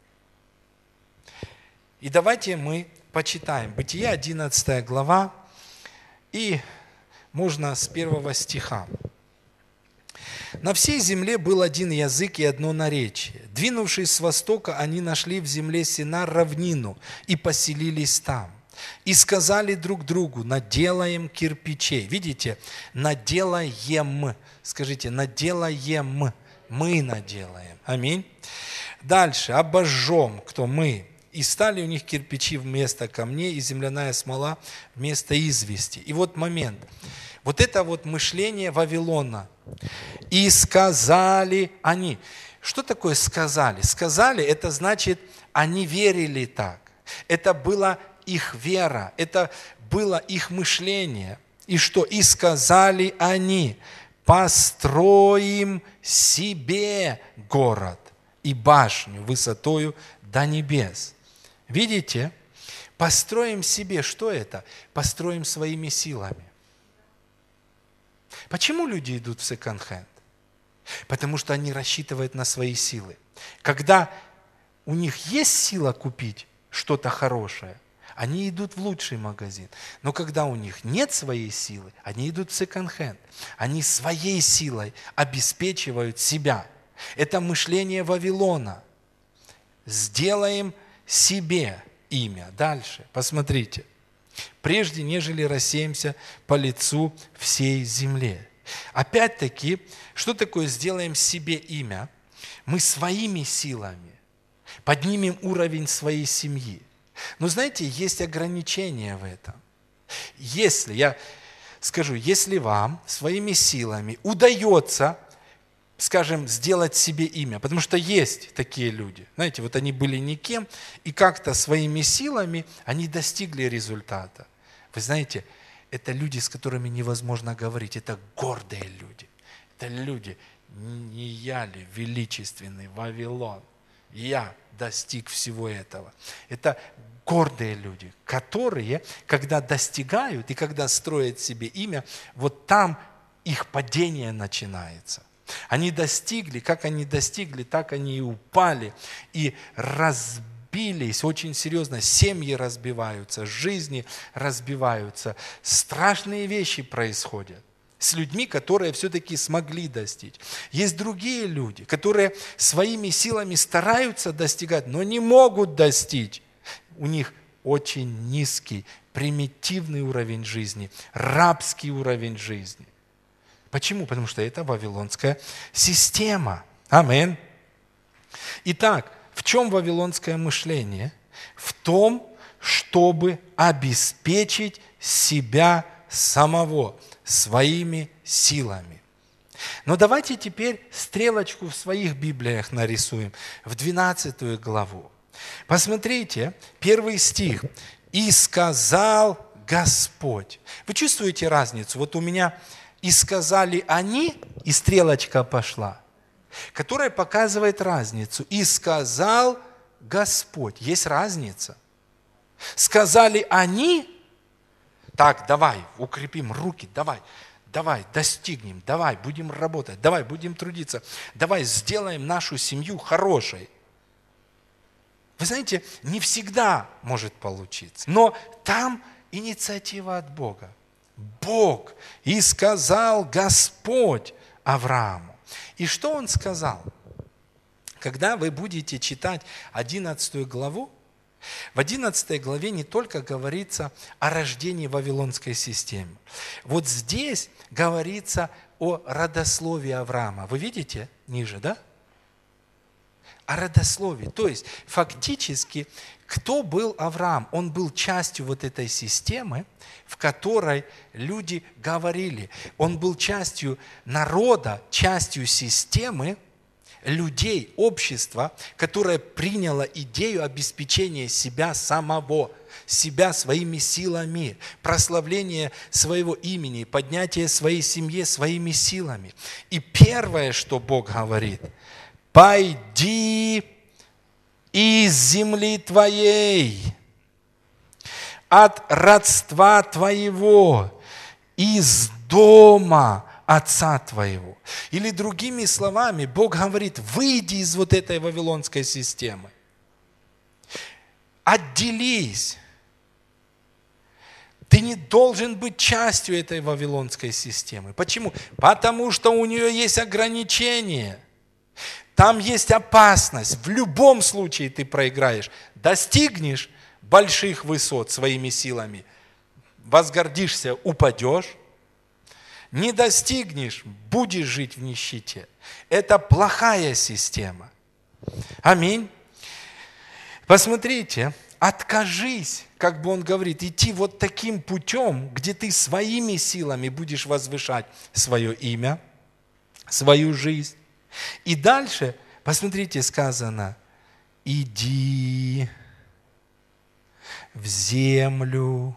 [SPEAKER 1] И давайте мы почитаем. Бытие одиннадцатая глава, и можно с первого стиха. На всей земле был один язык и одно наречие. Двинувшись с востока, они нашли в земле Синар равнину и поселились там. И сказали друг другу: наделаем кирпичей. Видите, наделаем. Скажите, наделаем. Мы наделаем. Аминь. Дальше, обожжем, кто мы. И стали у них кирпичи вместо камней, и земляная смола вместо извести. И вот момент. Вот это вот мышление Вавилона. И сказали они. Что такое сказали? Сказали, это значит, они верили так. Это была их вера, это было их мышление. И что? И сказали они: построим себе город и башню высотою до небес. Видите? Построим себе. Что это? Построим своими силами. Почему люди идут в секонд-хенд? Потому что они рассчитывают на свои силы. Когда у них есть сила купить что-то хорошее, они идут в лучший магазин. Но когда у них нет своей силы, они идут в секонд-хенд. Они своей силой обеспечивают себя. Это мышление Вавилона. Сделаем себе имя. Дальше, посмотрите. прежде нежели рассеемся по лицу всей земле. Опять-таки, что такое сделаем себе имя? Мы своими силами поднимем уровень своей семьи. Но знаете, есть ограничения в этом. Если, я скажу, если вам своими силами удается, скажем, сделать себе имя, потому что есть такие люди, знаете, вот они были никем, и как-то своими силами они достигли результата. Вы знаете, это люди, с которыми невозможно говорить, это гордые люди, это люди, не я ли величественный Вавилон, я достиг всего этого. Это гордые люди, которые, когда достигают и когда строят себе имя, вот там их падение начинается. Они достигли, как они достигли, так они и упали, и разбились очень серьезно. Семьи разбиваются, жизни разбиваются. Страшные вещи происходят с людьми, которые все-таки смогли достичь. Есть другие люди, которые своими силами стараются достигать, но не могут достичь. У них очень низкий, примитивный уровень жизни, рабский уровень жизни. Почему? Потому что это вавилонская система. Аминь. Итак, в чем вавилонское мышление? В том, чтобы обеспечить себя самого своими силами. Но давайте теперь стрелочку в своих Библиях нарисуем, в двенадцатую главу. Посмотрите, первый стих. «И сказал Господь». Вы чувствуете разницу? Вот у меня «и сказали они», и стрелочка пошла, которая показывает разницу. «И сказал Господь». Есть разница. Сказали они, так, давай, укрепим руки, давай, давай, достигнем, давай, будем работать, давай, будем трудиться, давай, сделаем нашу семью хорошей. Вы знаете, не всегда может получиться, но там инициатива от Бога. Бог и сказал Господь Аврааму. И что Он сказал? Когда вы будете читать одиннадцатую главу, в одиннадцатой главе не только говорится о рождении вавилонской системы. Вот здесь говорится о родословии Авраама. Вы видите ниже, да? О родословии. То есть фактически, кто был Авраам? Он был частью вот этой системы, в которой люди говорили. Он был частью народа, частью системы людей, общества, которое приняло идею обеспечения себя самого, себя своими силами, прославления своего имени, поднятия своей семьи своими силами. И первое, что Бог говорит: «Пойди из земли твоей, от родства твоего, из дома отца твоего». Или другими словами, Бог говорит: выйди из вот этой вавилонской системы, отделись. Ты не должен быть частью этой вавилонской системы. Почему? Потому что у нее есть ограничения. Там есть опасность. В любом случае ты проиграешь. Достигнешь больших высот своими силами, возгордишься, упадешь. Не достигнешь, будешь жить в нищете. Это плохая система. Аминь. Посмотрите, откажись, как бы он говорит, идти вот таким путем, где ты своими силами будешь возвышать свое имя, свою жизнь. И дальше, посмотрите, сказано: иди в землю,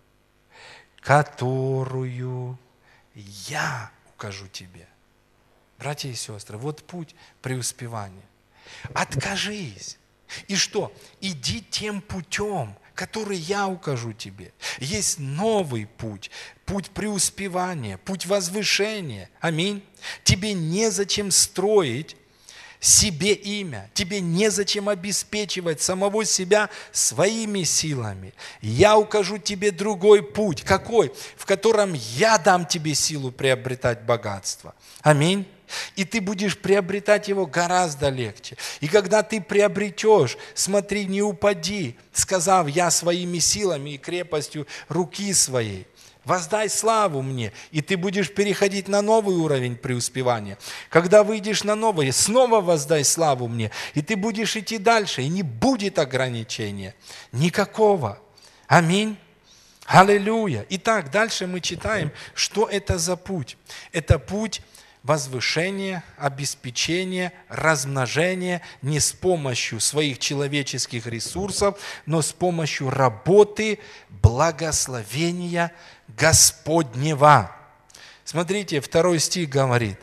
[SPEAKER 1] которую я укажу тебе. Братья и сестры, вот путь преуспевания. Откажись. И что? Иди тем путем, который я укажу тебе. Есть новый путь, путь преуспевания, путь возвышения. Аминь. Тебе незачем строить себе имя, тебе незачем обеспечивать самого себя своими силами. Я укажу тебе другой путь. Какой? В котором я дам тебе силу приобретать богатство. Аминь. И ты будешь приобретать его гораздо легче. И когда ты приобретешь, смотри, не упади, сказав: я своими силами и крепостью руки своей. Воздай славу мне, и ты будешь переходить на новый уровень преуспевания. Когда выйдешь на новое, снова воздай славу мне, и ты будешь идти дальше, и не будет ограничения. Никакого. Аминь. Аллилуйя. Итак, дальше мы читаем, что это за путь. Это путь возвышения, обеспечения, размножения не с помощью своих человеческих ресурсов, но с помощью работы, благословения Господнего. Смотрите, второй стих говорит: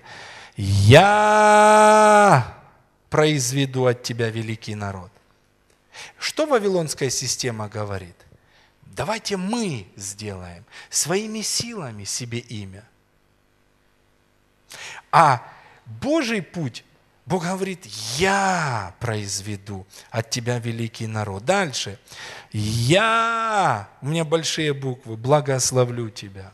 [SPEAKER 1] «Я произведу от тебя великий народ». Что вавилонская система говорит? Давайте мы сделаем своими силами себе имя. А Божий путь, Бог говорит: я произведу от тебя великий народ. Дальше. Я, у меня большие буквы, благословлю тебя.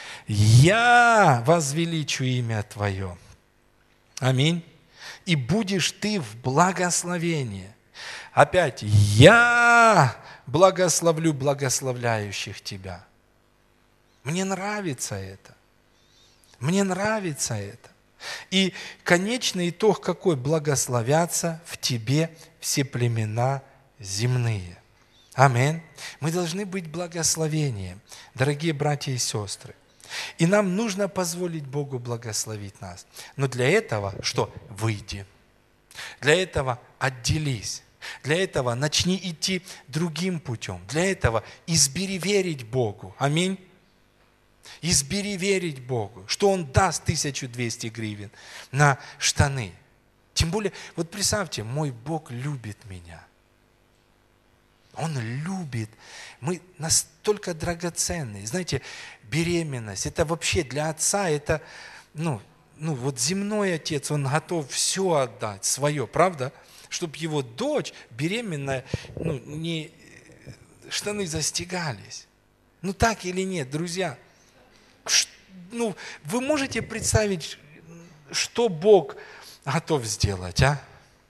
[SPEAKER 1] Я возвеличу имя твое. Аминь. И будешь ты в благословении. Опять, я благословлю благословляющих тебя. Мне нравится это. Мне нравится это. И конечный итог какой? Благословятся в тебе все племена земные. Аминь. Мы должны быть благословением, дорогие братья и сестры. И нам нужно позволить Богу благословить нас. Но для этого что? Выйди. Для этого отделись. Для этого начни идти другим путем. Для этого избери верить Богу. Аминь. Избери верить Богу, что Он даст тысячу двести гривен на штаны. Тем более, вот представьте, мой Бог любит меня. Он любит. Мы настолько драгоценные. Знаете, беременность, это вообще для отца, это, ну, ну вот земной отец, он готов все отдать, свое, правда? Чтобы его дочь беременная, ну, не, штаны застегались. Ну так или нет, друзья? Ну, вы можете представить, что Бог готов сделать, а?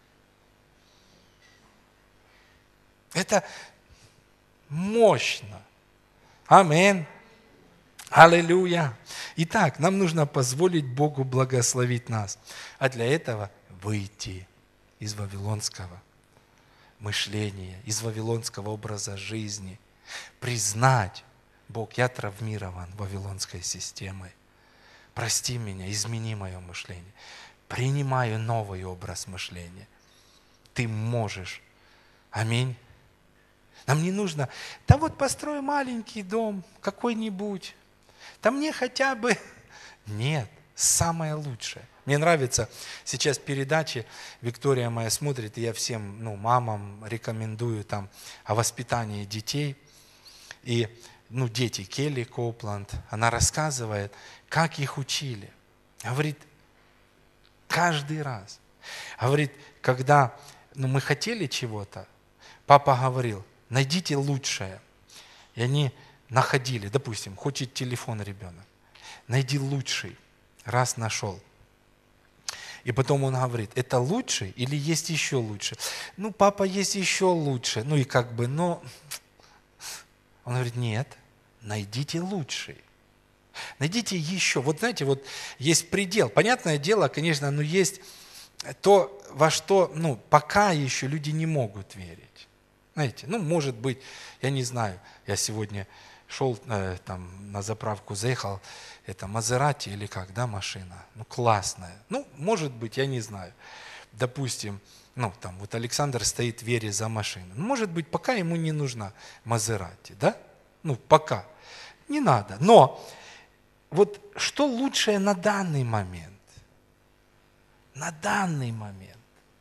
[SPEAKER 1] Это мощно. Аминь. Аллилуйя. Итак, нам нужно позволить Богу благословить нас. А для этого выйти из вавилонского мышления, из вавилонского образа жизни. Признать: Бог, я травмирован вавилонской системой. Прости меня, измени мое мышление. Принимаю новый образ мышления. Ты можешь. Аминь. Нам не нужно: да вот построй маленький дом какой-нибудь. Да мне хотя бы... Нет, самое лучшее. Мне нравится сейчас передачи, Виктория моя смотрит, и я всем, ну, мамам рекомендую там о воспитании детей. И, ну, дети, Келли Копланд, она рассказывает, как их учили. Говорит, каждый раз. Говорит, когда, ну, мы хотели чего-то, папа говорил: найдите лучшее. И они находили, допустим, хочет телефон ребенок, найди лучший. Раз нашел. И потом он говорит: это лучший или есть еще лучше? Ну, папа, есть еще лучше. Ну и как бы, но... Он говорит: нет, найдите лучший. Найдите еще. Вот знаете, вот есть предел. Понятное дело, конечно, но есть то, во что, ну, пока еще люди не могут верить. Знаете, ну, может быть, я не знаю, я сегодня шел э, там на заправку, заехал, это Мазерати или как, да, машина? Ну, классная. Ну, может быть, я не знаю. Допустим, ну, там вот Александр стоит в вере за машину. Ну, может быть, пока ему не нужна Мазерати, да? Ну, пока. Не надо. Но вот что лучшее на данный момент? На данный момент.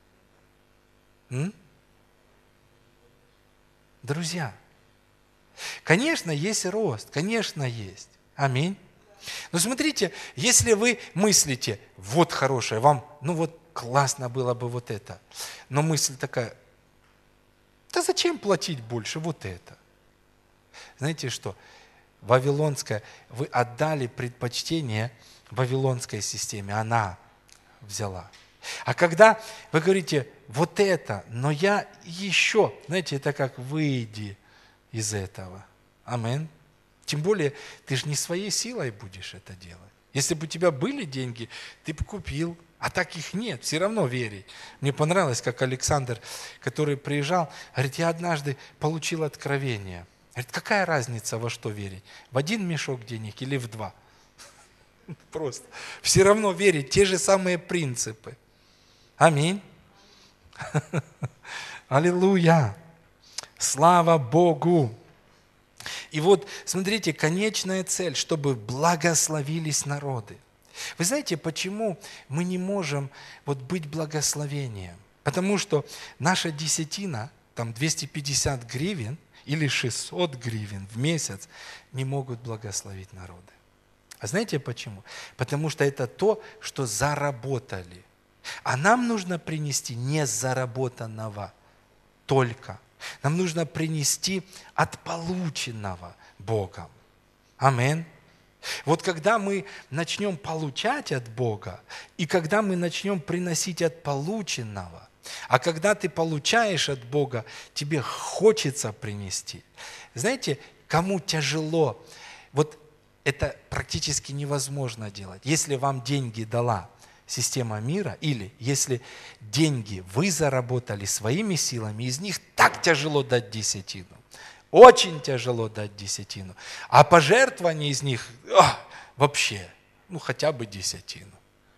[SPEAKER 1] М? Друзья, конечно, есть рост, конечно, есть. Аминь. Но смотрите, если вы мыслите: вот хорошее, вам, ну вот классно было бы вот это. Но мысль такая: да зачем платить больше вот это? Знаете что? Вавилонская, вы отдали предпочтение вавилонской системе. Она взяла. А когда вы говорите, вот это, но я еще, знаете, это как выйди из этого. Амин. Тем более, ты же не своей силой будешь это делать. Если бы у тебя были деньги, ты бы купил, а так их нет, все равно верить. Мне понравилось, как Александр, который приезжал, говорит, я однажды получил откровение. Говорит, какая разница, во что верить? В один мешок денег или в два? Просто. Все равно верить, те же самые принципы. Аминь. Аллилуйя. Слава Богу. И вот, смотрите, конечная цель, чтобы благословились народы. Вы знаете, почему мы не можем вот быть благословением? Потому что наша десятина, там двести пятьдесят гривен или шестьсот гривен в месяц не могут благословить народы. А знаете почему? Потому что это то, что заработали. А нам нужно принести не заработанного только. Нам нужно принести от полученного Богом. Амин. Вот когда мы начнем получать от Бога, и когда мы начнем приносить от полученного, а когда ты получаешь от Бога, тебе хочется принести. Знаете, кому тяжело, вот это практически невозможно делать. Если вам деньги дала система мира, или если деньги вы заработали своими силами, из них так тяжело дать десятину. Очень тяжело дать десятину. А пожертвование из них ах, вообще, ну хотя бы десятину.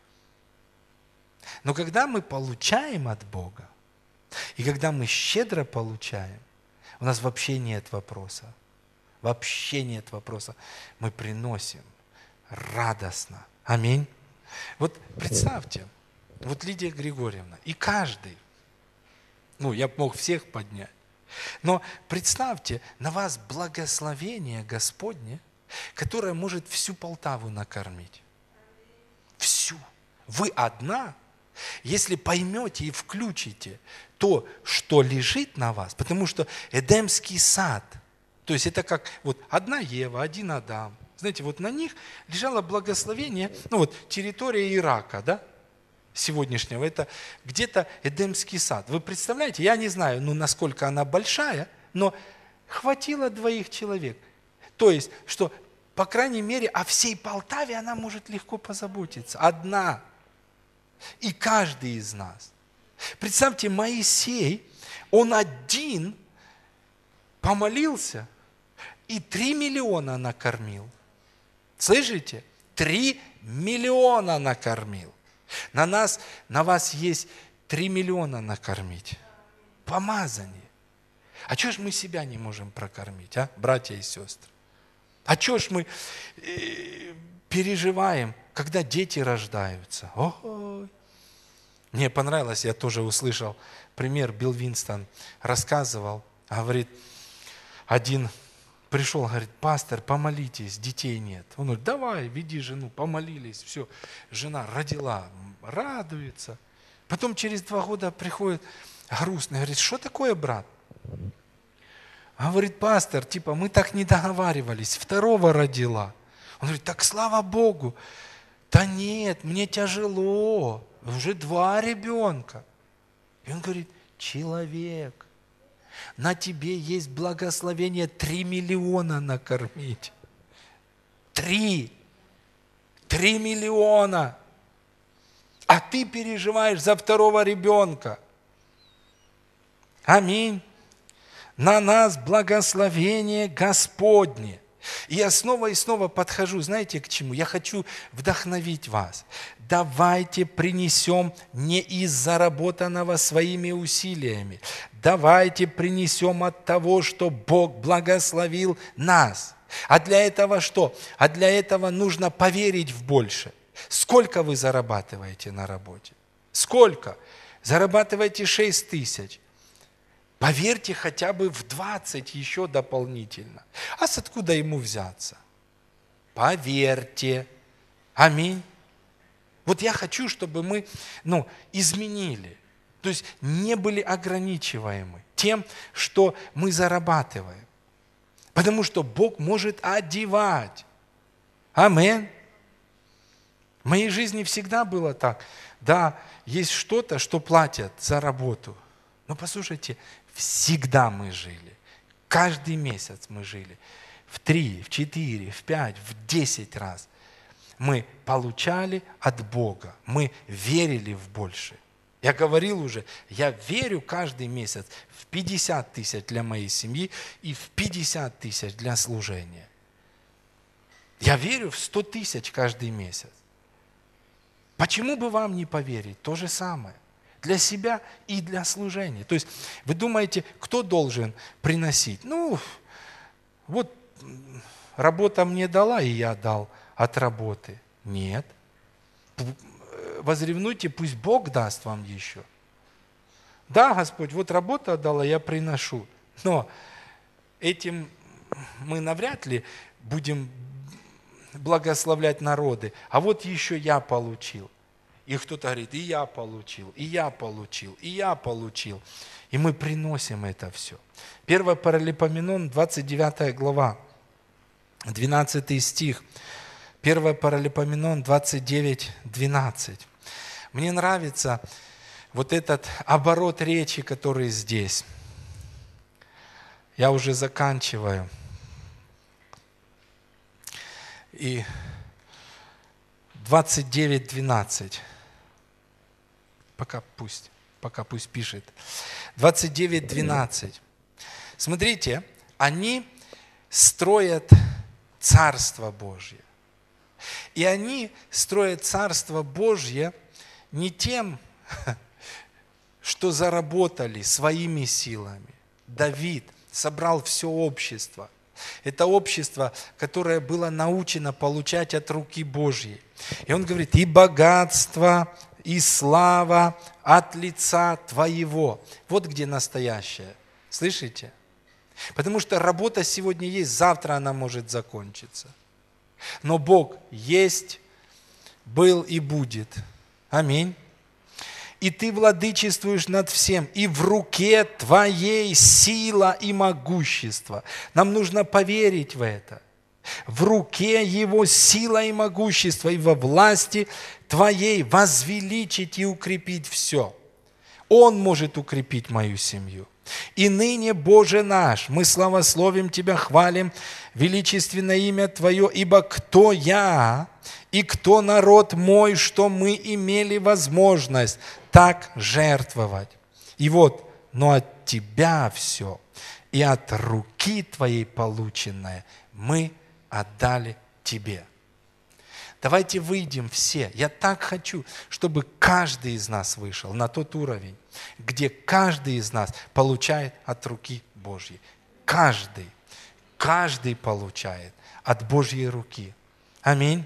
[SPEAKER 1] Но когда мы получаем от Бога, и когда мы щедро получаем, у нас вообще нет вопроса. Вообще нет вопроса. Мы приносим радостно. Аминь. Вот представьте, вот Лидия Григорьевна, и каждый, ну, я мог всех поднять, но представьте, на вас благословение Господне, которое может всю Полтаву накормить. Всю. Вы одна, если поймете и включите то, что лежит на вас, потому что Эдемский сад, то есть это как вот одна Ева, один Адам, знаете, вот на них лежало благословение, ну вот территория Ирака, да, сегодняшнего, это где-то Эдемский сад. Вы представляете, я не знаю, ну насколько она большая, но хватило двоих человек. То есть, что, по крайней мере, о всей Полтаве она может легко позаботиться. Одна. И каждый из нас. Представьте, Моисей, он один помолился и три миллиона накормил. Слышите? Три миллиона накормил. На нас, на вас есть три миллиона накормить. Помазание. А чего ж мы себя не можем прокормить, а, братья и сестры? А чего ж мы э, переживаем, когда дети рождаются? Ой. Мне понравилось, я тоже услышал пример, Билл Винстон рассказывал, говорит, один пришел, говорит, пастор, помолитесь, детей нет. Он говорит, давай, веди жену, помолились, все. Жена родила, радуется. Потом через два года приходит грустный, говорит, что такое, брат? Говорит, пастор, типа, мы так не договаривались, второго родила. Он говорит, так слава Богу. Да нет, мне тяжело, уже два ребенка. И он говорит, человек, на тебе есть благословение три миллиона накормить. Три. Три миллиона. А ты переживаешь за второго ребенка. Аминь. На нас благословение Господне. И я снова и снова подхожу, знаете, к чему? Я хочу вдохновить вас. Давайте принесем не из заработанного своими усилиями. Давайте принесем от того, что Бог благословил нас. А для этого что? А для этого нужно поверить в больше. Сколько вы зарабатываете на работе? Сколько? Зарабатываете шесть тысяч. Поверьте хотя бы в двадцать еще дополнительно. А с откуда ему взяться? Поверьте. Аминь. Вот я хочу, чтобы мы ну, изменили. То есть не были ограничиваемы тем, что мы зарабатываем. Потому что Бог может одевать. Аминь. В моей жизни всегда было так. Да, есть что-то, что платят за работу. Но послушайте, всегда мы жили. Каждый месяц мы жили. В три, в четыре, в пять, в десять раз. Мы получали от Бога. Мы верили в большее. Я говорил уже, я верю каждый месяц в пятьдесят тысяч для моей семьи и в пятьдесят тысяч для служения. Я верю в сто тысяч каждый месяц. Почему бы вам не поверить? То же самое. Для себя и для служения. То есть вы думаете, кто должен приносить? Ну, вот работа мне дала, и я дал от работы. Нет. Возревнуйте, пусть Бог даст вам еще. Да, Господь, вот работа отдала, я приношу. Но этим мы навряд ли будем благословлять народы. А вот еще я получил. И кто-то говорит, и я получил, и я получил, и я получил. И мы приносим это все. первое Паралипоменон, двадцать девятая глава, двенадцатый стих. первое Паралипоменон, двадцать девять, двенадцать. Мне нравится вот этот оборот речи, который здесь. Я уже заканчиваю. И двадцать девять, двенадцать. Пока пусть, пока пусть пишет. двадцать девять, двенадцать. Смотрите, они строят Царство Божье. И они строят Царство Божье не тем, что заработали своими силами. Давид собрал все общество. Это общество, которое было научено получать от руки Божьей. И он говорит, и богатство, и слава от лица Твоего. Вот где настоящее. Слышите? Потому что работа сегодня есть, завтра она может закончиться. Но Бог есть, был и будет. Аминь. И Ты владычествуешь над всем, и в руке Твоей сила и могущество. Нам нужно поверить в это. В руке Его сила и могущество, и во власти Твоей возвеличить и укрепить все. Он может укрепить мою семью. И ныне, Боже наш, мы славословим Тебя, хвалим величественное имя Твое, ибо кто я и кто народ мой, что мы имели возможность так жертвовать. И вот, но от Тебя все, и от руки Твоей полученное мы отдали Тебе. Давайте выйдем все. Я так хочу, чтобы каждый из нас вышел на тот уровень, где каждый из нас получает от руки Божьей. Каждый, каждый получает от Божьей руки. Аминь.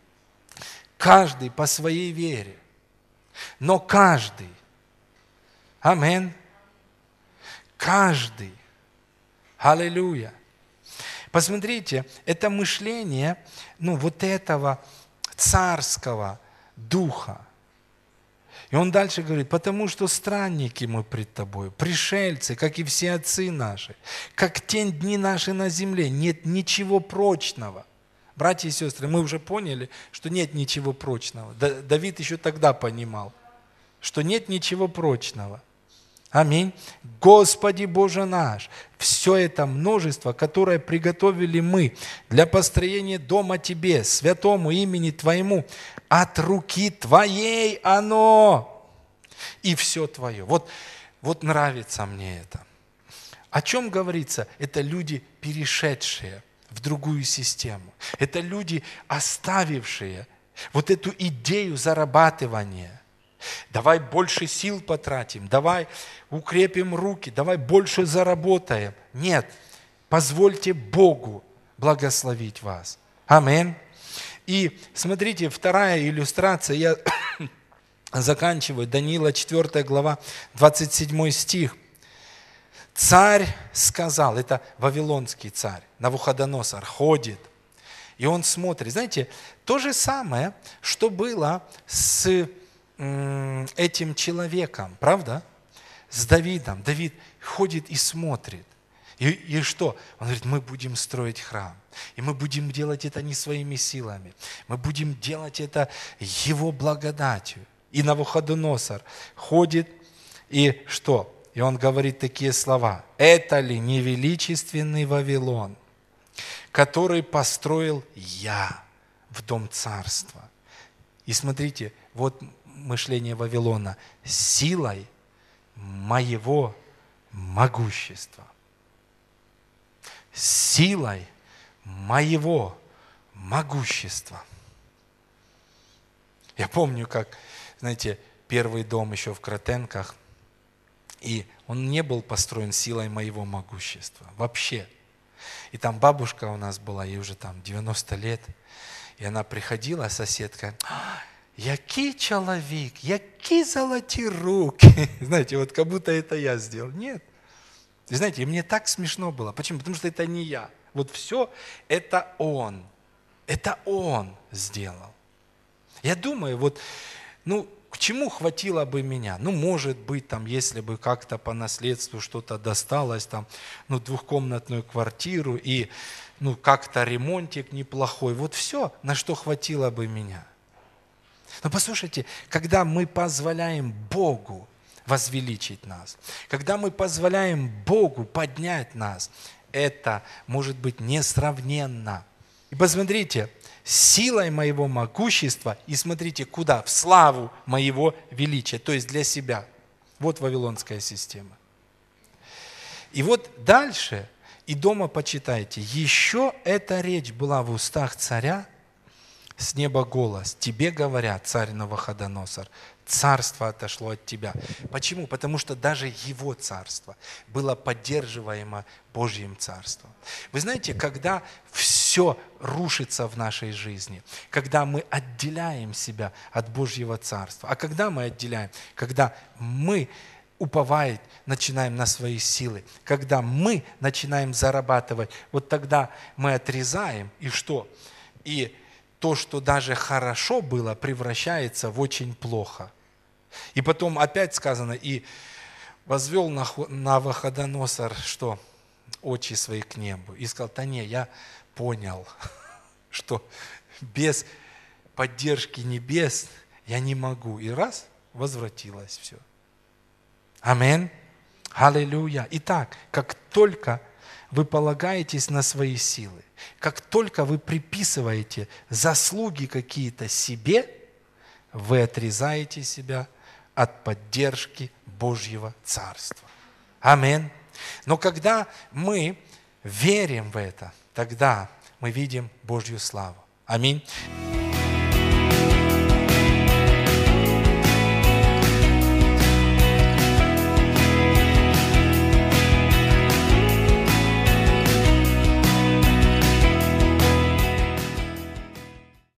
[SPEAKER 1] Каждый по своей вере. Но каждый. Аминь. Каждый. Аллилуйя. Посмотрите, это мышление, ну, вот этого царского духа. И он дальше говорит, потому что странники мы пред тобой, пришельцы, как и все отцы наши, как тень дни наши на земле, нет ничего прочного. Братья и сестры, мы уже поняли, что нет ничего прочного. Давид еще тогда понимал, что нет ничего прочного. Аминь. Господи Боже наш, все это множество, которое приготовили мы для построения дома Тебе, святому имени Твоему, от руки Твоей оно, и все Твое. Вот, вот нравится мне это. О чем говорится? Это люди, перешедшие в другую систему. Это люди, оставившие вот эту идею зарабатывания. Давай больше сил потратим, давай укрепим руки, давай больше заработаем. Нет, позвольте Богу благословить вас. Аминь. И смотрите, вторая иллюстрация, я заканчиваю, Даниила четвёртая глава, двадцать седьмой стих. Царь сказал, это вавилонский царь, Навуходоносор, ходит, и он смотрит. Знаете, то же самое, что было с этим человеком, правда? С Давидом. Давид ходит и смотрит. И, и что? Он говорит, мы будем строить храм. И мы будем делать это не своими силами. Мы будем делать это Его благодатью. И Навуходоносор ходит, и что? И он говорит такие слова. «Это ли не величественный Вавилон, который построил я в дом царства?» И смотрите, вот мышление Вавилона. «Силой моего могущества». Силой моего могущества. Я помню, как, знаете, первый дом еще в Кротенках, и он не был построен силой моего могущества. Вообще. И там бабушка у нас была, ей уже там девяносто лет. И она приходила, соседка, «Який человек, які золоті руки». Знаете, вот как будто это я сделал. Нет. И знаете, мне так смешно было. Почему? Потому что это не я. Вот все это он. Это он сделал. Я думаю, вот, ну, к чему хватило бы меня? Ну, может быть, там, если бы как-то по наследству что-то досталось, там, ну, двухкомнатную квартиру и, ну, как-то ремонтик неплохой. Вот все, на что хватило бы меня. Но послушайте, когда мы позволяем Богу возвеличить нас, когда мы позволяем Богу поднять нас, это может быть несравненно. И посмотрите, силой моего могущества, и смотрите, куда? В славу моего величия, то есть для себя. Вот вавилонская система. И вот дальше, и дома почитайте, еще эта речь была в устах царя, с неба голос, тебе говорят, царь Навуходоносор, царство отошло от тебя. Почему? Потому что даже его царство было поддерживаемо Божьим царством. Вы знаете, когда все рушится в нашей жизни, когда мы отделяем себя от Божьего царства, а когда мы отделяем? Когда мы уповать начинаем на свои силы, когда мы начинаем зарабатывать, вот тогда мы отрезаем, и что? И то, что даже хорошо было, превращается в очень плохо. И потом опять сказано, и возвел Навуходоносор, что очи свои к небу, и сказал, да не, я понял, что без поддержки небес я не могу. И раз, возвратилось все. Аминь. Аллилуйя. Итак, как только вы полагаетесь на свои силы, как только вы приписываете заслуги какие-то себе, вы отрезаете себя от поддержки Божьего Царства. Аминь. Но когда мы верим в это, тогда мы видим Божью славу. Аминь.